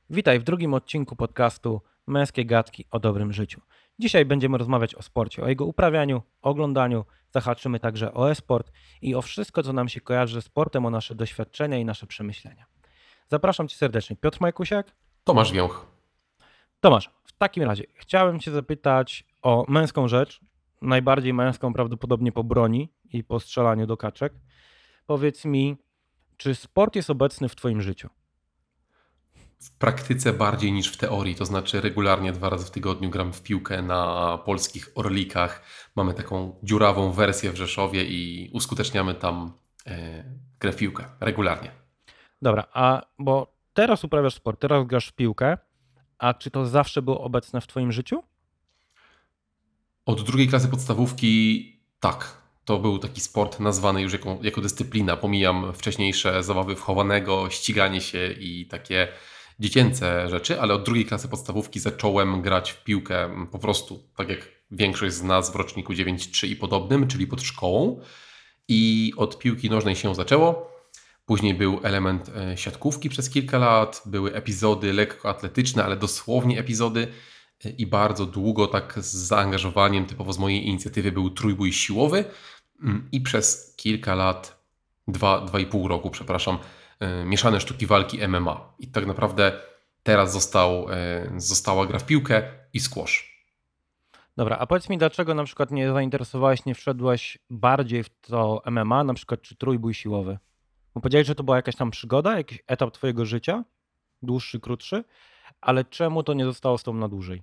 Witaj w drugim odcinku podcastu Męskie Gadki o dobrym życiu. Dzisiaj będziemy rozmawiać o sporcie, o jego uprawianiu, oglądaniu, zahaczymy także o e-sport i o wszystko, co nam się kojarzy ze sportem, o nasze doświadczenia i nasze przemyślenia. Zapraszam Cię serdecznie. Piotr Majkusiak. Tomasz Wiąch. Tomasz, w takim razie chciałem Cię zapytać o męską rzecz, najbardziej męską prawdopodobnie po broni i po strzelaniu do kaczek. Powiedz mi, czy sport jest obecny w Twoim życiu? W praktyce bardziej niż w teorii, to znaczy regularnie 2 razy w tygodniu gram w piłkę na polskich Orlikach. Mamy taką dziurawą wersję w Rzeszowie i uskuteczniamy tam grę w piłkę regularnie. Dobra, a bo teraz uprawiasz sport, teraz grasz w piłkę, a czy to zawsze było obecne w Twoim życiu? Od 2 klasy podstawówki tak, to był taki sport nazwany już jako dyscyplina. Pomijam wcześniejsze zabawy w chowanego, ściganie się i takie dziecięce rzeczy, ale od 2 klasy podstawówki zacząłem grać w piłkę po prostu, tak jak większość z nas w roczniku 9-3 i podobnym, czyli pod szkołą. I od piłki nożnej się zaczęło. Później był element siatkówki przez kilka lat, były epizody lekkoatletyczne, ale dosłownie epizody i bardzo długo tak z zaangażowaniem, typowo z mojej inicjatywy, był trójbój siłowy i przez kilka lat, 2,5 roku, przepraszam, mieszane sztuki walki MMA. I tak naprawdę teraz została gra w piłkę i squash. Dobra, a powiedz mi, dlaczego na przykład nie zainteresowałeś, nie wszedłeś bardziej w to MMA, na przykład czy trójbój siłowy? Bo powiedziałeś, że to była jakaś tam przygoda, jakiś etap twojego życia, dłuższy, krótszy, ale czemu to nie zostało z tobą na dłużej?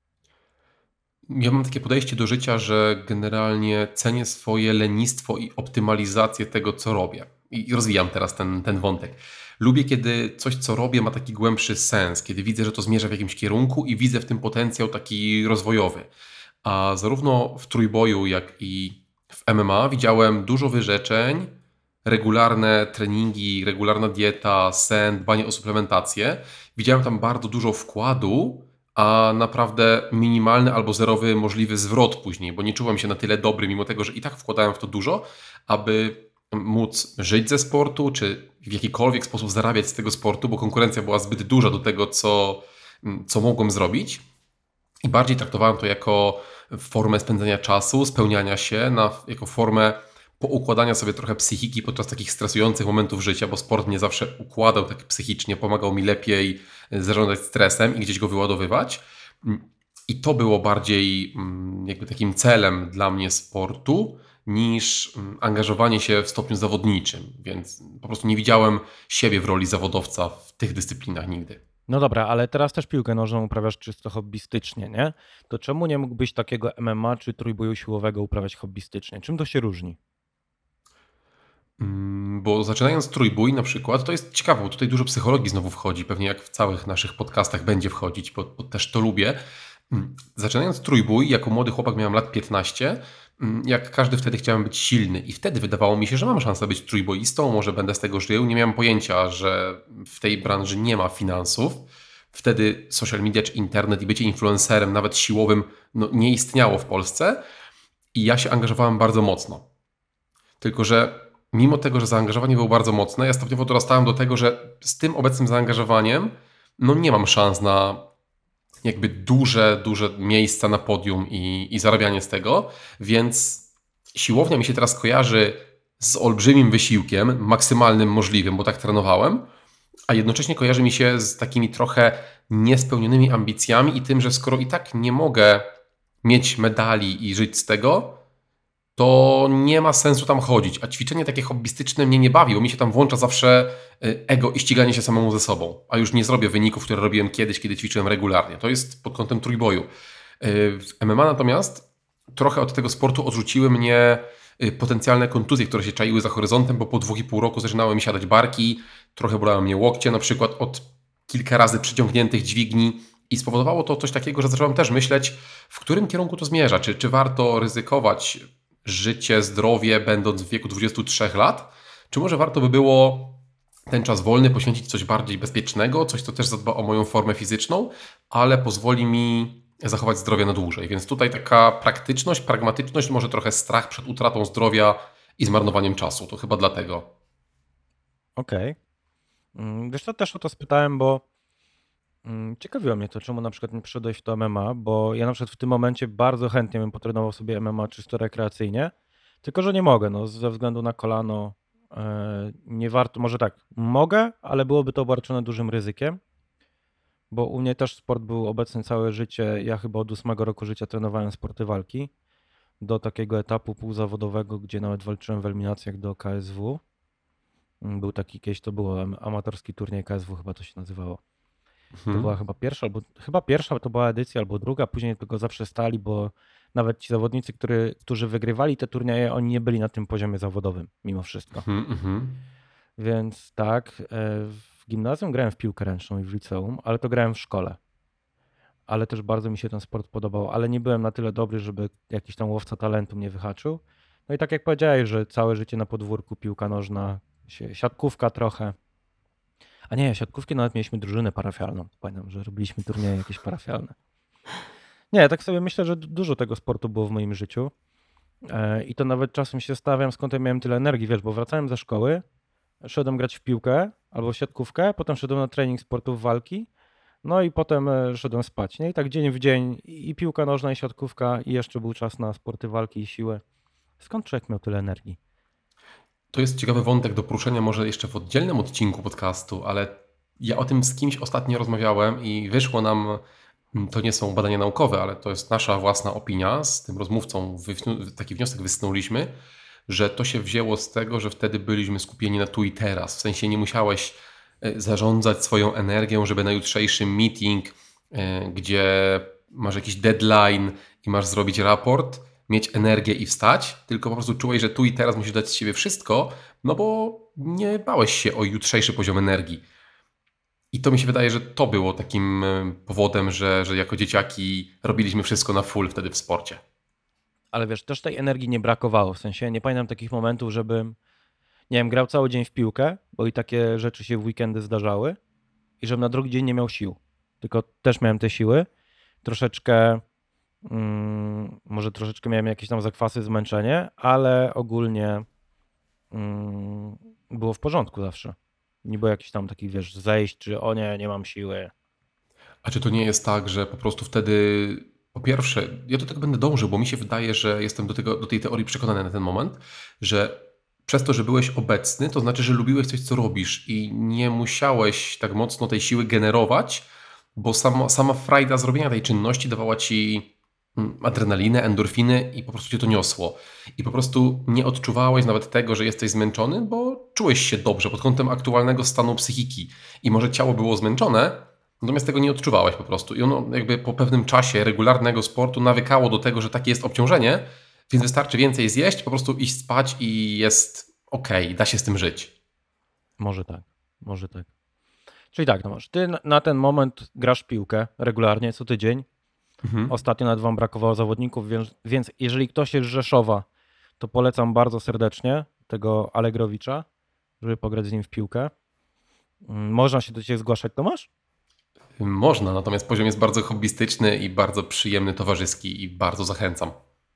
Ja mam takie podejście do życia, że generalnie cenię swoje lenistwo i optymalizację tego, co robię. I rozwijam teraz ten wątek. Lubię, kiedy coś, co robię, ma taki głębszy sens, kiedy widzę, że to zmierza w jakimś kierunku i widzę w tym potencjał taki rozwojowy. A zarówno w trójboju, jak i w MMA widziałem dużo wyrzeczeń, regularne treningi, regularna dieta, sen, dbanie o suplementację. Widziałem tam bardzo dużo wkładu, a naprawdę minimalny albo zerowy możliwy zwrot później, bo nie czułem się na tyle dobry, mimo tego, że i tak wkładałem w to dużo, aby móc żyć ze sportu, czy w jakikolwiek sposób zarabiać z tego sportu, bo konkurencja była zbyt duża do tego, co mogłem zrobić. I bardziej traktowałem to jako formę spędzania czasu, spełniania się, jako formę poukładania sobie trochę psychiki podczas takich stresujących momentów życia, bo sport mnie zawsze układał tak psychicznie, pomagał mi lepiej zarządzać stresem i gdzieś go wyładowywać. I to było bardziej jakby takim celem dla mnie sportu niż angażowanie się w stopniu zawodniczym, więc po prostu nie widziałem siebie w roli zawodowca w tych dyscyplinach nigdy. No dobra, ale teraz też piłkę nożną uprawiasz czysto hobbystycznie, nie? To czemu nie mógłbyś takiego MMA czy trójboju siłowego uprawiać hobbystycznie? Czym to się różni? Bo zaczynając trójbój na przykład, to jest ciekawe, bo tutaj dużo psychologii znowu wchodzi, pewnie jak w całych naszych podcastach będzie wchodzić, bo też to lubię. Zaczynając trójbój, jako młody chłopak miałem lat 15, jak każdy wtedy chciałem być silny i wtedy wydawało mi się, że mam szansę być trójboistą, może będę z tego żył. Nie miałem pojęcia, że w tej branży nie ma finansów. Wtedy social media czy internet i bycie influencerem, nawet siłowym, no, nie istniało w Polsce i ja się angażowałem bardzo mocno. Tylko że mimo tego, że zaangażowanie było bardzo mocne, ja stopniowo dorastałem do tego, że z tym obecnym zaangażowaniem no nie mam szans na jakby duże miejsca na podium i zarabianie z tego, więc siłownia mi się teraz kojarzy z olbrzymim wysiłkiem, maksymalnym możliwym, bo tak trenowałem, a jednocześnie kojarzy mi się z takimi trochę niespełnionymi ambicjami i tym, że skoro i tak nie mogę mieć medali i żyć z tego, to nie ma sensu tam chodzić. A ćwiczenie takie hobbystyczne mnie nie bawi, bo mi się tam włącza zawsze ego i ściganie się samemu ze sobą. A już nie zrobię wyników, które robiłem kiedyś, kiedy ćwiczyłem regularnie. To jest pod kątem trójboju. W MMA natomiast trochę od tego sportu odrzuciły mnie potencjalne kontuzje, które się czaiły za horyzontem, bo po 2,5 roku zaczynały mi siadać barki, trochę bolały mnie łokcie, na przykład od kilka razy przyciągniętych dźwigni. I spowodowało to coś takiego, że zacząłem też myśleć, w którym kierunku to zmierza. Czy warto ryzykować życie, zdrowie, będąc w wieku 23 lat? Czy może warto by było ten czas wolny poświęcić coś bardziej bezpiecznego, coś, co też zadba o moją formę fizyczną, ale pozwoli mi zachować zdrowie na dłużej? Więc tutaj taka praktyczność, pragmatyczność, może trochę strach przed utratą zdrowia i zmarnowaniem czasu. To chyba dlatego. Okej. Wiesz co, też o to spytałem, bo Ciekawiło mnie to, czemu na przykład nie przyszedłeś w to MMA, bo ja na przykład w tym momencie bardzo chętnie bym potrenował sobie MMA czysto rekreacyjnie, tylko że nie mogę, no, ze względu na kolano. Nie warto, może tak, mogę, ale byłoby to obarczone dużym ryzykiem, bo u mnie też sport był obecny całe życie. Ja chyba od 8 roku życia trenowałem sporty walki do takiego etapu półzawodowego, gdzie nawet walczyłem w eliminacjach do KSW. Był taki kiedyś, to było amatorski turniej KSW, chyba to się nazywało. To była chyba pierwsza to była edycja albo druga, później tego zaprzestali, bo nawet ci zawodnicy, którzy wygrywali te turnieje, oni nie byli na tym poziomie zawodowym mimo wszystko. Więc tak, w gimnazjum grałem w piłkę ręczną i w liceum, ale to grałem w szkole. Ale też bardzo mi się ten sport podobał, ale nie byłem na tyle dobry, żeby jakiś tam łowca talentu mnie wyhaczył. No i tak jak powiedziałeś, że całe życie na podwórku, piłka nożna, siatkówka trochę. A nie, siatkówki nawet mieliśmy drużynę parafialną. Pamiętam, że robiliśmy turnieje jakieś parafialne. Nie, tak sobie myślę, że dużo tego sportu było w moim życiu. I to nawet czasem się zastanawiam, skąd ja miałem tyle energii, wiesz, bo wracałem ze szkoły, szedłem grać w piłkę albo w siatkówkę, potem szedłem na trening sportów walki, no i potem szedłem spać. Nie? I tak dzień w dzień i piłka nożna, i siatkówka, i jeszcze był czas na sporty walki i siły. Skąd człowiek miał tyle energii? To jest ciekawy wątek do poruszenia może jeszcze w oddzielnym odcinku podcastu, ale ja o tym z kimś ostatnio rozmawiałem i wyszło nam, to nie są badania naukowe, ale to jest nasza własna opinia, z tym rozmówcą taki wniosek wysnuliśmy, że to się wzięło z tego, że wtedy byliśmy skupieni na tu i teraz. W sensie nie musiałeś zarządzać swoją energią, żeby na jutrzejszy meeting, gdzie masz jakiś deadline i masz zrobić raport, mieć energię i wstać, tylko po prostu czułeś, że tu i teraz musisz dać z siebie wszystko, no bo nie bałeś się o jutrzejszy poziom energii. I to mi się wydaje, że to było takim powodem, że jako dzieciaki robiliśmy wszystko na full wtedy w sporcie. Ale wiesz, też tej energii nie brakowało, w sensie nie pamiętam takich momentów, żebym, nie wiem, grał cały dzień w piłkę, bo i takie rzeczy się w weekendy zdarzały, i żebym na drugi dzień nie miał sił. Tylko też miałem te siły, troszeczkę, może troszeczkę miałem jakieś tam zakwasy, zmęczenie, ale ogólnie było w porządku zawsze. Nie było jakichś tam takich, wiesz, zejść, czy o nie, nie mam siły. A czy to nie jest tak, że po prostu wtedy, po pierwsze, ja do tego będę dążył, bo mi się wydaje, że jestem do tej teorii przekonany na ten moment, że przez to, że byłeś obecny, to znaczy, że lubiłeś coś, co robisz i nie musiałeś tak mocno tej siły generować, bo sama frajda zrobienia tej czynności dawała ci adrenalinę, endorfiny i po prostu cię to niosło. I po prostu nie odczuwałeś nawet tego, że jesteś zmęczony, bo czułeś się dobrze pod kątem aktualnego stanu psychiki. I może ciało było zmęczone, natomiast tego nie odczuwałeś po prostu. I ono jakby po pewnym czasie regularnego sportu nawykało do tego, że takie jest obciążenie, więc wystarczy więcej zjeść, po prostu iść spać i jest okej, da się z tym żyć. Może tak, może tak. Czyli tak, Tomasz, ty na ten moment grasz w piłkę regularnie, co tydzień. Ostatnio nawet wam brakowało zawodników, więc jeżeli ktoś jest z Rzeszowa, to polecam bardzo serdecznie tego Allegrowicza, żeby pograć z nim w piłkę. Można się do ciebie zgłaszać, Tomasz? Można, natomiast poziom jest bardzo hobbystyczny i bardzo przyjemny, towarzyski i bardzo zachęcam.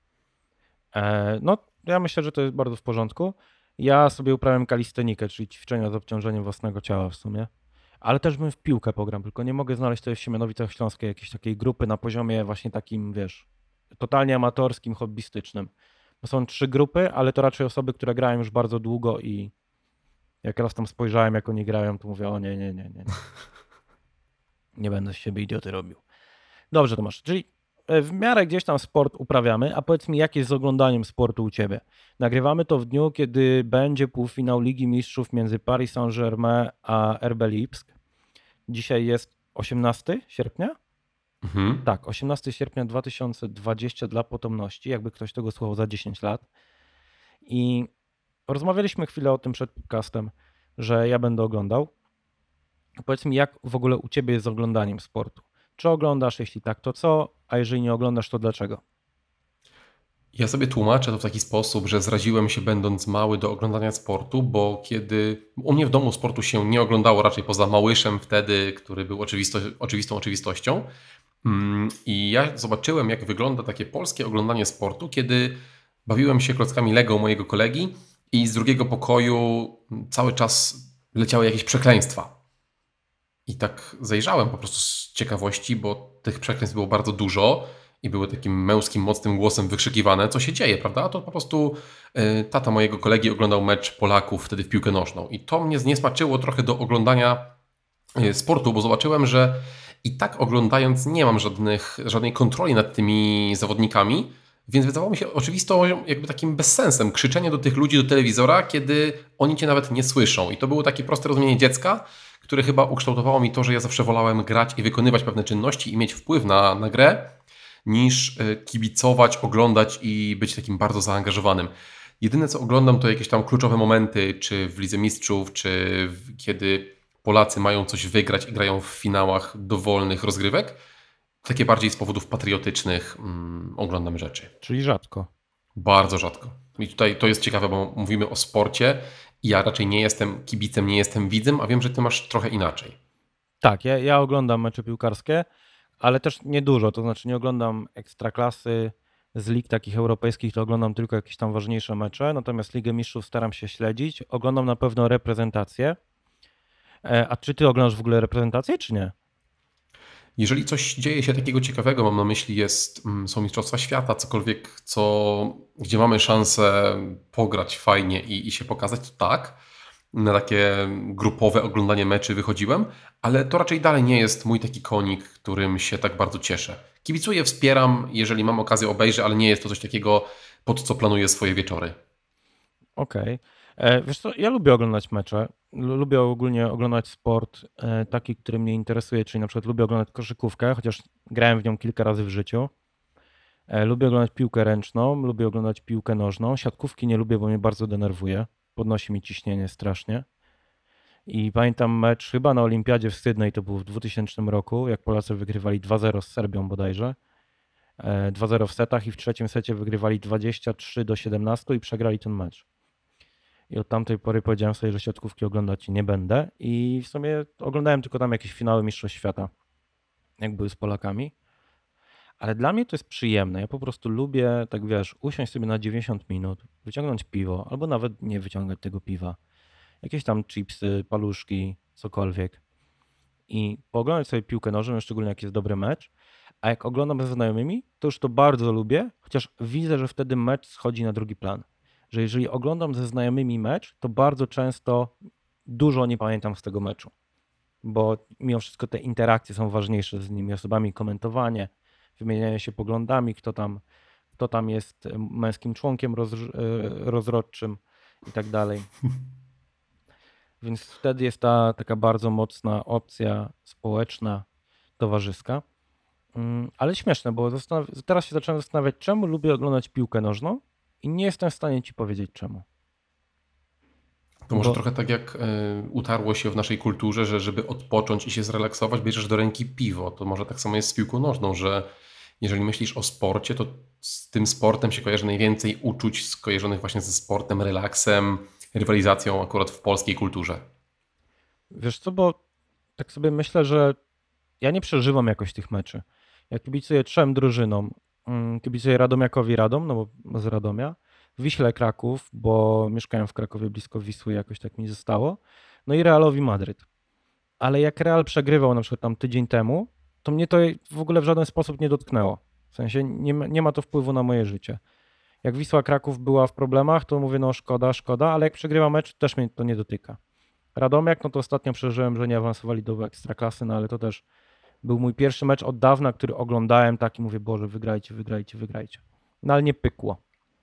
No, ja myślę, że to jest bardzo w porządku. Ja sobie uprawiam kalistenikę, czyli ćwiczenia z obciążeniem własnego ciała w sumie. Ale też bym w piłkę pograł, tylko nie mogę znaleźć tutaj w Siemianowicach Śląskiej jakiejś takiej grupy na poziomie właśnie takim, wiesz, totalnie amatorskim, hobbystycznym. Bo są 3 grupy, ale to raczej osoby, które grają już bardzo długo i jak raz tam spojrzałem, jak oni grają, to mówię, o nie, nie, nie, nie. Nie będę z siebie idioty robił. Dobrze, Tomasz, czyli w miarę gdzieś tam sport uprawiamy, a powiedz mi, jak jest z oglądaniem sportu u Ciebie? Nagrywamy to w dniu, kiedy będzie półfinał Ligi Mistrzów między Paris Saint-Germain a RB Lipsk. Dzisiaj jest 18 sierpnia? Tak, 18 sierpnia 2020 dla potomności, jakby ktoś tego słuchał za 10 lat. I rozmawialiśmy chwilę o tym przed podcastem, że ja będę oglądał. Powiedz mi, jak w ogóle u Ciebie jest z oglądaniem sportu? Czy oglądasz? Jeśli tak, to co? A jeżeli nie oglądasz, to dlaczego? Ja sobie tłumaczę to w taki sposób, że zraziłem się będąc mały do oglądania sportu, bo kiedy u mnie w domu sportu się nie oglądało raczej poza Małyszem wtedy, który był oczywistą oczywistością. I ja zobaczyłem, jak wygląda takie polskie oglądanie sportu, kiedy bawiłem się klockami Lego u mojego kolegi i z drugiego pokoju cały czas leciały jakieś przekleństwa. I tak zajrzałem po prostu z ciekawości, bo tych przekleństw było bardzo dużo i były takim męskim, mocnym głosem wykrzykiwane, co się dzieje, prawda? A to po prostu tata mojego kolegi oglądał mecz Polaków wtedy w piłkę nożną. I to mnie zniesmaczyło trochę do oglądania sportu, bo zobaczyłem, że i tak oglądając nie mam żadnej kontroli nad tymi zawodnikami, więc wydawało mi się oczywistą jakby takim bezsensem krzyczenie do tych ludzi do telewizora, kiedy oni cię nawet nie słyszą. I to było takie proste rozumienie dziecka, które chyba ukształtowało mi to, że ja zawsze wolałem grać i wykonywać pewne czynności i mieć wpływ na grę, niż kibicować, oglądać i być takim bardzo zaangażowanym. Jedyne co oglądam to jakieś tam kluczowe momenty, czy w Lidze Mistrzów, kiedy Polacy mają coś wygrać i grają w finałach dowolnych rozgrywek. Takie bardziej z powodów patriotycznych oglądam rzeczy. Czyli rzadko. Bardzo rzadko. I tutaj to jest ciekawe, bo mówimy o sporcie i ja raczej nie jestem kibicem, nie jestem widzem, a wiem, że ty masz trochę inaczej. Tak, ja oglądam mecze piłkarskie, ale też niedużo, to znaczy nie oglądam ekstraklasy z lig takich europejskich, to oglądam tylko jakieś tam ważniejsze mecze, natomiast Ligę Mistrzów staram się śledzić, oglądam na pewno reprezentację. A czy ty oglądasz w ogóle reprezentację, czy nie? Jeżeli coś dzieje się takiego ciekawego, mam na myśli, są Mistrzostwa Świata, cokolwiek, gdzie mamy szansę pograć fajnie i się pokazać, to tak. Na takie grupowe oglądanie meczy wychodziłem, ale to raczej dalej nie jest mój taki konik, którym się tak bardzo cieszę. Kibicuję, wspieram, jeżeli mam okazję obejrzeć, ale nie jest to coś takiego, pod co planuję swoje wieczory. Okej. Wiesz co, ja lubię oglądać mecze. Lubię ogólnie oglądać sport taki, który mnie interesuje, czyli na przykład lubię oglądać koszykówkę, chociaż grałem w nią kilka razy w życiu. Lubię oglądać piłkę ręczną, lubię oglądać piłkę nożną. Siatkówki nie lubię, bo mnie bardzo denerwuje. Podnosi mi ciśnienie strasznie. I pamiętam mecz chyba na Olimpiadzie w Sydney, to był w 2000 roku, jak Polacy wygrywali 2-0 z Serbią bodajże. 2-0 w setach i w trzecim secie wygrywali 23-17 i przegrali ten mecz. I od tamtej pory powiedziałem sobie, że siatkówki oglądać nie będę. I w sumie oglądałem tylko tam jakieś finały Mistrzostw Świata, jak były z Polakami. Ale dla mnie to jest przyjemne. Ja po prostu lubię, tak wiesz, usiąść sobie na 90 minut, wyciągnąć piwo, albo nawet nie wyciągać tego piwa. Jakieś tam chipsy, paluszki, cokolwiek. I pooglądać sobie piłkę nożną, szczególnie jak jest dobry mecz. A jak oglądam ze znajomymi, to już to bardzo lubię, chociaż widzę, że wtedy mecz schodzi na drugi plan. Że jeżeli oglądam ze znajomymi mecz, to bardzo często dużo nie pamiętam z tego meczu. Bo mimo wszystko te interakcje są ważniejsze z innymi osobami, komentowanie, wymienianie się poglądami, kto tam jest męskim członkiem rozrodczym i tak dalej. Więc wtedy jest ta taka bardzo mocna opcja społeczna, towarzyska. Ale śmieszne, bo teraz się zacząłem zastanawiać, czemu lubię oglądać piłkę nożną i nie jestem w stanie ci powiedzieć czemu. To może Bo trochę tak jak utarło się w naszej kulturze, że żeby odpocząć i się zrelaksować, bierzesz do ręki piwo. To może tak samo jest z piłką nożną, że jeżeli myślisz o sporcie, to z tym sportem się kojarzy najwięcej uczuć skojarzonych właśnie ze sportem, relaksem, rywalizacją akurat w polskiej kulturze. wiesz co, bo tak sobie myślę, że ja nie przeżywam jakoś tych meczy. Ja kibicuję trzem drużynom. Kibicuję Radomiakowi Radom, no bo z Radomia. Wiśle Kraków, bo mieszkałem w Krakowie blisko Wisły, jakoś tak mi zostało. No i Realowi Madryt. Ale jak Real przegrywał na przykład tam tydzień temu, to mnie to w ogóle w żaden sposób nie dotknęło. W sensie nie ma to wpływu na moje życie. Jak Wisła Kraków była w problemach, to mówię, no szkoda, ale jak przegrywa mecz, też mnie to nie dotyka. Radomiak, no to ostatnio przeżyłem, że nie awansowali do Ekstraklasy, no ale to też był mój pierwszy mecz od dawna, który oglądałem tak i mówię, Boże, wygrajcie. No ale nie pykło.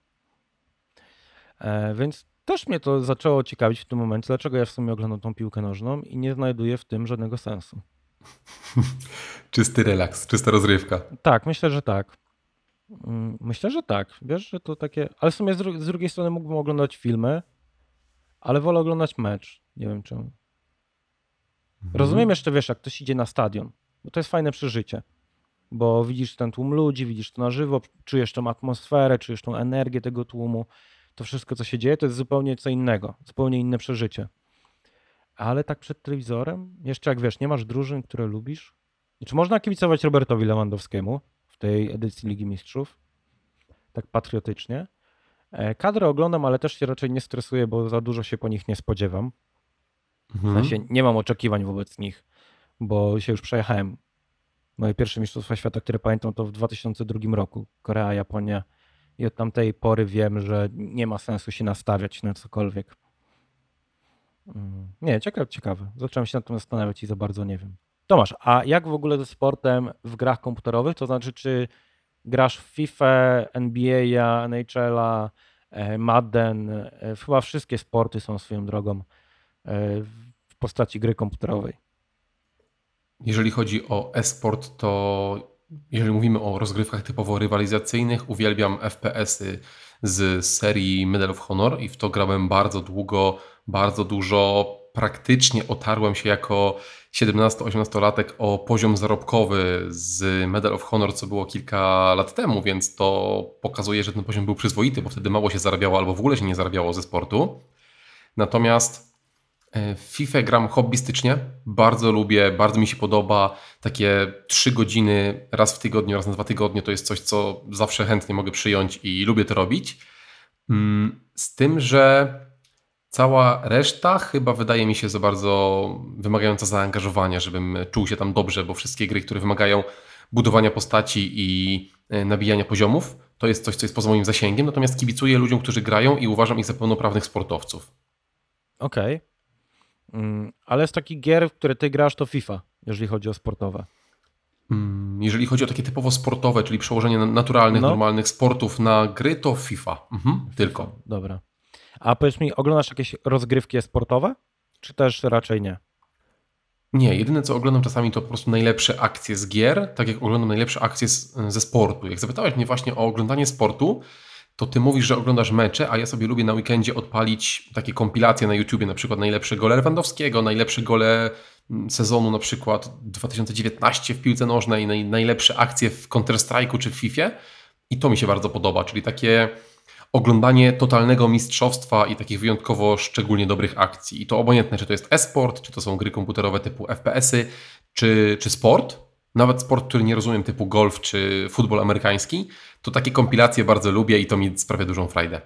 Więc też mnie to zaczęło ciekawić w tym momencie, dlaczego ja w sumie oglądam tą piłkę nożną i nie znajduję w tym żadnego sensu. Czysty relaks, czysta rozrywka. Tak, myślę, że tak. Myślę, że tak. Wiesz, że to takie. Ale w sumie z drugiej strony mógłbym oglądać filmy, ale wolę oglądać mecz. Nie wiem czemu. Rozumiem jeszcze, wiesz, jak ktoś idzie na stadion, bo to jest fajne przeżycie, bo widzisz ten tłum ludzi, widzisz to na żywo, czujesz tą atmosferę, czujesz tą energię tego tłumu. To wszystko, co się dzieje, to jest zupełnie co innego, zupełnie inne przeżycie. Ale tak przed telewizorem, jeszcze jak wiesz, nie masz drużyn, które lubisz. Czy można kibicować Robertowi Lewandowskiemu w tej edycji Ligi Mistrzów? Tak patriotycznie. Kadrę oglądam, ale też się raczej nie stresuję, bo za dużo się po nich nie spodziewam. W Mhm. sensie nie mam oczekiwań wobec nich, bo się już przejechałem. Moje pierwsze mistrzostwa świata, które pamiętam, to w 2002 roku. Korea, Japonia. I od tamtej pory wiem, że nie ma sensu się nastawiać na cokolwiek. Nie, ciekawe. Zacząłem się nad tym zastanawiać i za bardzo nie wiem. Tomasz, a jak w ogóle ze sportem w grach komputerowych? To znaczy, czy grasz w FIFA, NBA, NHL-a, Madden? Chyba wszystkie sporty są swoją drogą w postaci gry komputerowej. Jeżeli chodzi o e-sport, to jeżeli mówimy o rozgrywkach typowo rywalizacyjnych, uwielbiam FPS-y z serii Medal of Honor i w to grałem bardzo długo, bardzo dużo. Praktycznie otarłem się jako 17-18-latek o poziom zarobkowy z Medal of Honor, co było kilka lat temu, więc to pokazuje, że ten poziom był przyzwoity, bo wtedy mało się zarabiało albo w ogóle się nie zarabiało ze sportu. Natomiast w FIFA gram hobbystycznie, bardzo lubię, bardzo mi się podoba. Takie 3 godziny raz w tygodniu, raz na 2 tygodnie to jest coś, co zawsze chętnie mogę przyjąć i lubię to robić. Z tym, że cała reszta chyba wydaje mi się za bardzo wymagająca zaangażowania, żebym czuł się tam dobrze, bo wszystkie gry, które wymagają budowania postaci i nabijania poziomów, to jest coś, co jest poza moim zasięgiem, natomiast kibicuję ludziom, którzy grają i uważam ich za pełnoprawnych sportowców. Okej. Ale z takich gier, w które ty grasz, to FIFA, jeżeli chodzi o sportowe. Jeżeli chodzi o takie typowo sportowe, czyli przełożenie naturalnych, No. normalnych sportów na gry, to FIFA. Tylko. Dobra. A powiedz mi, oglądasz jakieś rozgrywki sportowe? Czy też raczej nie? Nie, jedyne co oglądam czasami to po prostu najlepsze akcje z gier, tak jak oglądam najlepsze akcje ze sportu. Jak zapytałeś mnie właśnie o oglądanie sportu, to ty mówisz, że oglądasz mecze, a ja sobie lubię na weekendzie odpalić takie kompilacje na YouTubie, na przykład najlepsze gole Lewandowskiego, najlepsze gole sezonu na przykład 2019 w piłce nożnej, najlepsze akcje w Counter-Strike'u czy w FIFA i to mi się bardzo podoba, czyli takie oglądanie totalnego mistrzostwa i takich wyjątkowo szczególnie dobrych akcji. I to obojętne, czy to jest e-sport, czy to są gry komputerowe typu FPS-y, czy sport, nawet sport, który nie rozumiem, typu golf czy futbol amerykański, to takie kompilacje bardzo lubię i to mi sprawia dużą frajdę.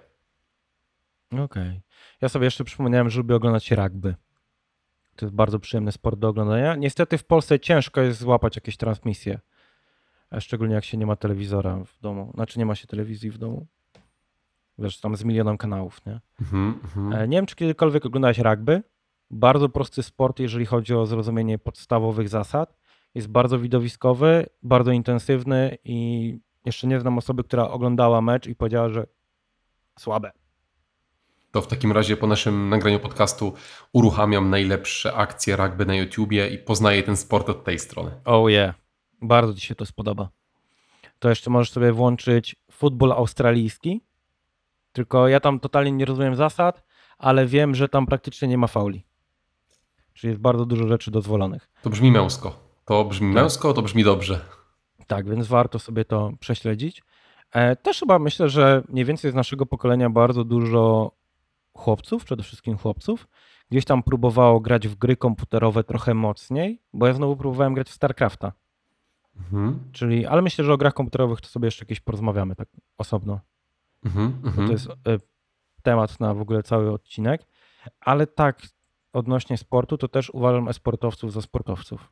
Okej. Ja sobie jeszcze przypomniałem, że lubię oglądać rugby. To jest bardzo przyjemny sport do oglądania. Niestety w Polsce ciężko jest złapać jakieś transmisje, a szczególnie jak się nie ma telewizora w domu. Znaczy nie ma się telewizji w domu. Wiesz, tam z milionem kanałów, nie? Nie wiem, czy kiedykolwiek oglądałeś rugby. Bardzo prosty sport, jeżeli chodzi o zrozumienie podstawowych zasad. Jest bardzo widowiskowy, bardzo intensywny i jeszcze nie znam osoby, która oglądała mecz i powiedziała, że słabe. To w takim razie po naszym nagraniu podcastu uruchamiam najlepsze akcje rugby na YouTubie i poznaję ten sport od tej strony. Oh yeah, bardzo ci się to spodoba. To jeszcze możesz sobie włączyć futbol australijski, tylko ja tam totalnie nie rozumiem zasad, ale wiem, że tam praktycznie nie ma fauli. Czyli jest bardzo dużo rzeczy dozwolonych. To brzmi męsko. To brzmi męsko, to brzmi dobrze. Tak, więc warto sobie to prześledzić. Też chyba myślę, że mniej więcej z naszego pokolenia bardzo dużo chłopców, przede wszystkim chłopców, gdzieś tam próbowało grać w gry komputerowe trochę mocniej, bo ja znowu próbowałem grać w StarCrafta. Czyli, ale myślę, że o grach komputerowych to sobie jeszcze jakieś porozmawiamy tak osobno. Bo to jest temat na w ogóle cały odcinek. Ale tak, odnośnie sportu, to też uważam e-sportowców za sportowców.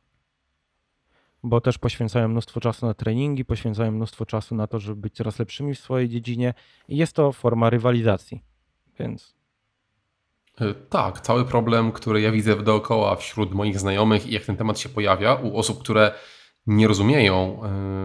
Bo też poświęcają mnóstwo czasu na treningi, poświęcają mnóstwo czasu na to, żeby być coraz lepszymi w swojej dziedzinie i jest to forma rywalizacji. Więc Tak, cały problem, który ja widzę dookoła wśród moich znajomych i jak ten temat się pojawia u osób, które nie rozumieją,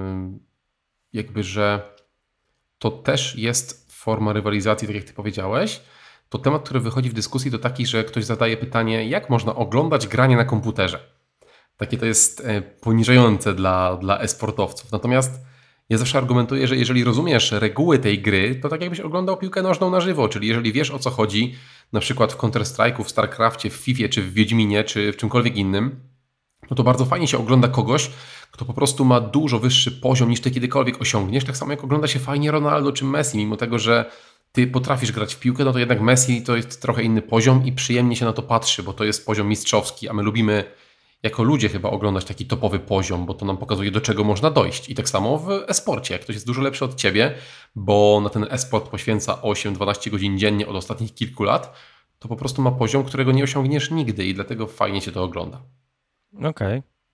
jakby, że to też jest forma rywalizacji, tak jak ty powiedziałeś, to temat, który wychodzi w dyskusji to taki, że ktoś zadaje pytanie, jak można oglądać granie na komputerze. Takie to jest poniżające dla e-sportowców. Natomiast ja zawsze argumentuję, że jeżeli rozumiesz reguły tej gry, to tak jakbyś oglądał piłkę nożną na żywo, czyli jeżeli wiesz o co chodzi, na przykład w Counter-Strike'u, w StarCraftie, w FIFA, czy w Wiedźminie, czy w czymkolwiek innym, no to bardzo fajnie się ogląda kogoś, kto po prostu ma dużo wyższy poziom niż ty kiedykolwiek osiągniesz, tak samo jak ogląda się fajnie Ronaldo czy Messi, mimo tego, że ty potrafisz grać w piłkę, no to jednak Messi to jest trochę inny poziom i przyjemnie się na to patrzy, bo to jest poziom mistrzowski, a my lubimy jako ludzie chyba oglądać taki topowy poziom, bo to nam pokazuje, do czego można dojść. I tak samo w e-sporcie. Jak ktoś jest dużo lepszy od ciebie, bo na ten e-sport poświęca 8-12 godzin dziennie od ostatnich kilku lat, to po prostu ma poziom, którego nie osiągniesz nigdy i dlatego fajnie się to ogląda. okej.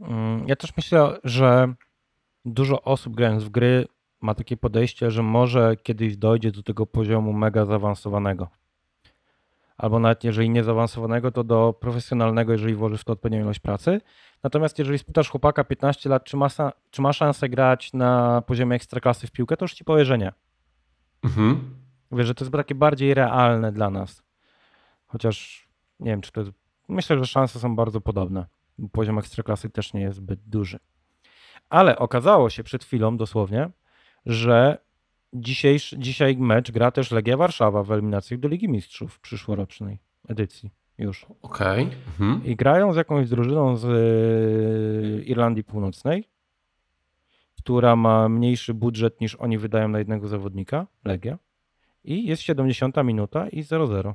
Ja też myślę, że dużo osób grając w gry ma takie podejście, że może kiedyś dojdzie do tego poziomu mega zaawansowanego. Albo nawet jeżeli nie zaawansowanego, to do profesjonalnego, jeżeli włożysz w to odpowiednią ilość pracy. Natomiast jeżeli spytasz chłopaka 15 lat, czy ma szansę grać na poziomie ekstraklasy w piłkę, to już ci powie, że nie. Mhm. Wiesz, że to jest takie bardziej realne dla nas. Chociaż nie wiem, czy to jest... Myślę, że szanse są bardzo podobne. Poziom ekstraklasy też nie jest zbyt duży. Ale okazało się przed chwilą dosłownie, że dzisiaj mecz gra też Legia Warszawa w eliminacjach do Ligi Mistrzów przyszłorocznej edycji już. Okej. Mhm. I grają z jakąś drużyną z Irlandii Północnej, która ma mniejszy budżet niż oni wydają na jednego zawodnika, Legia. I jest 70 minuta i 0-0.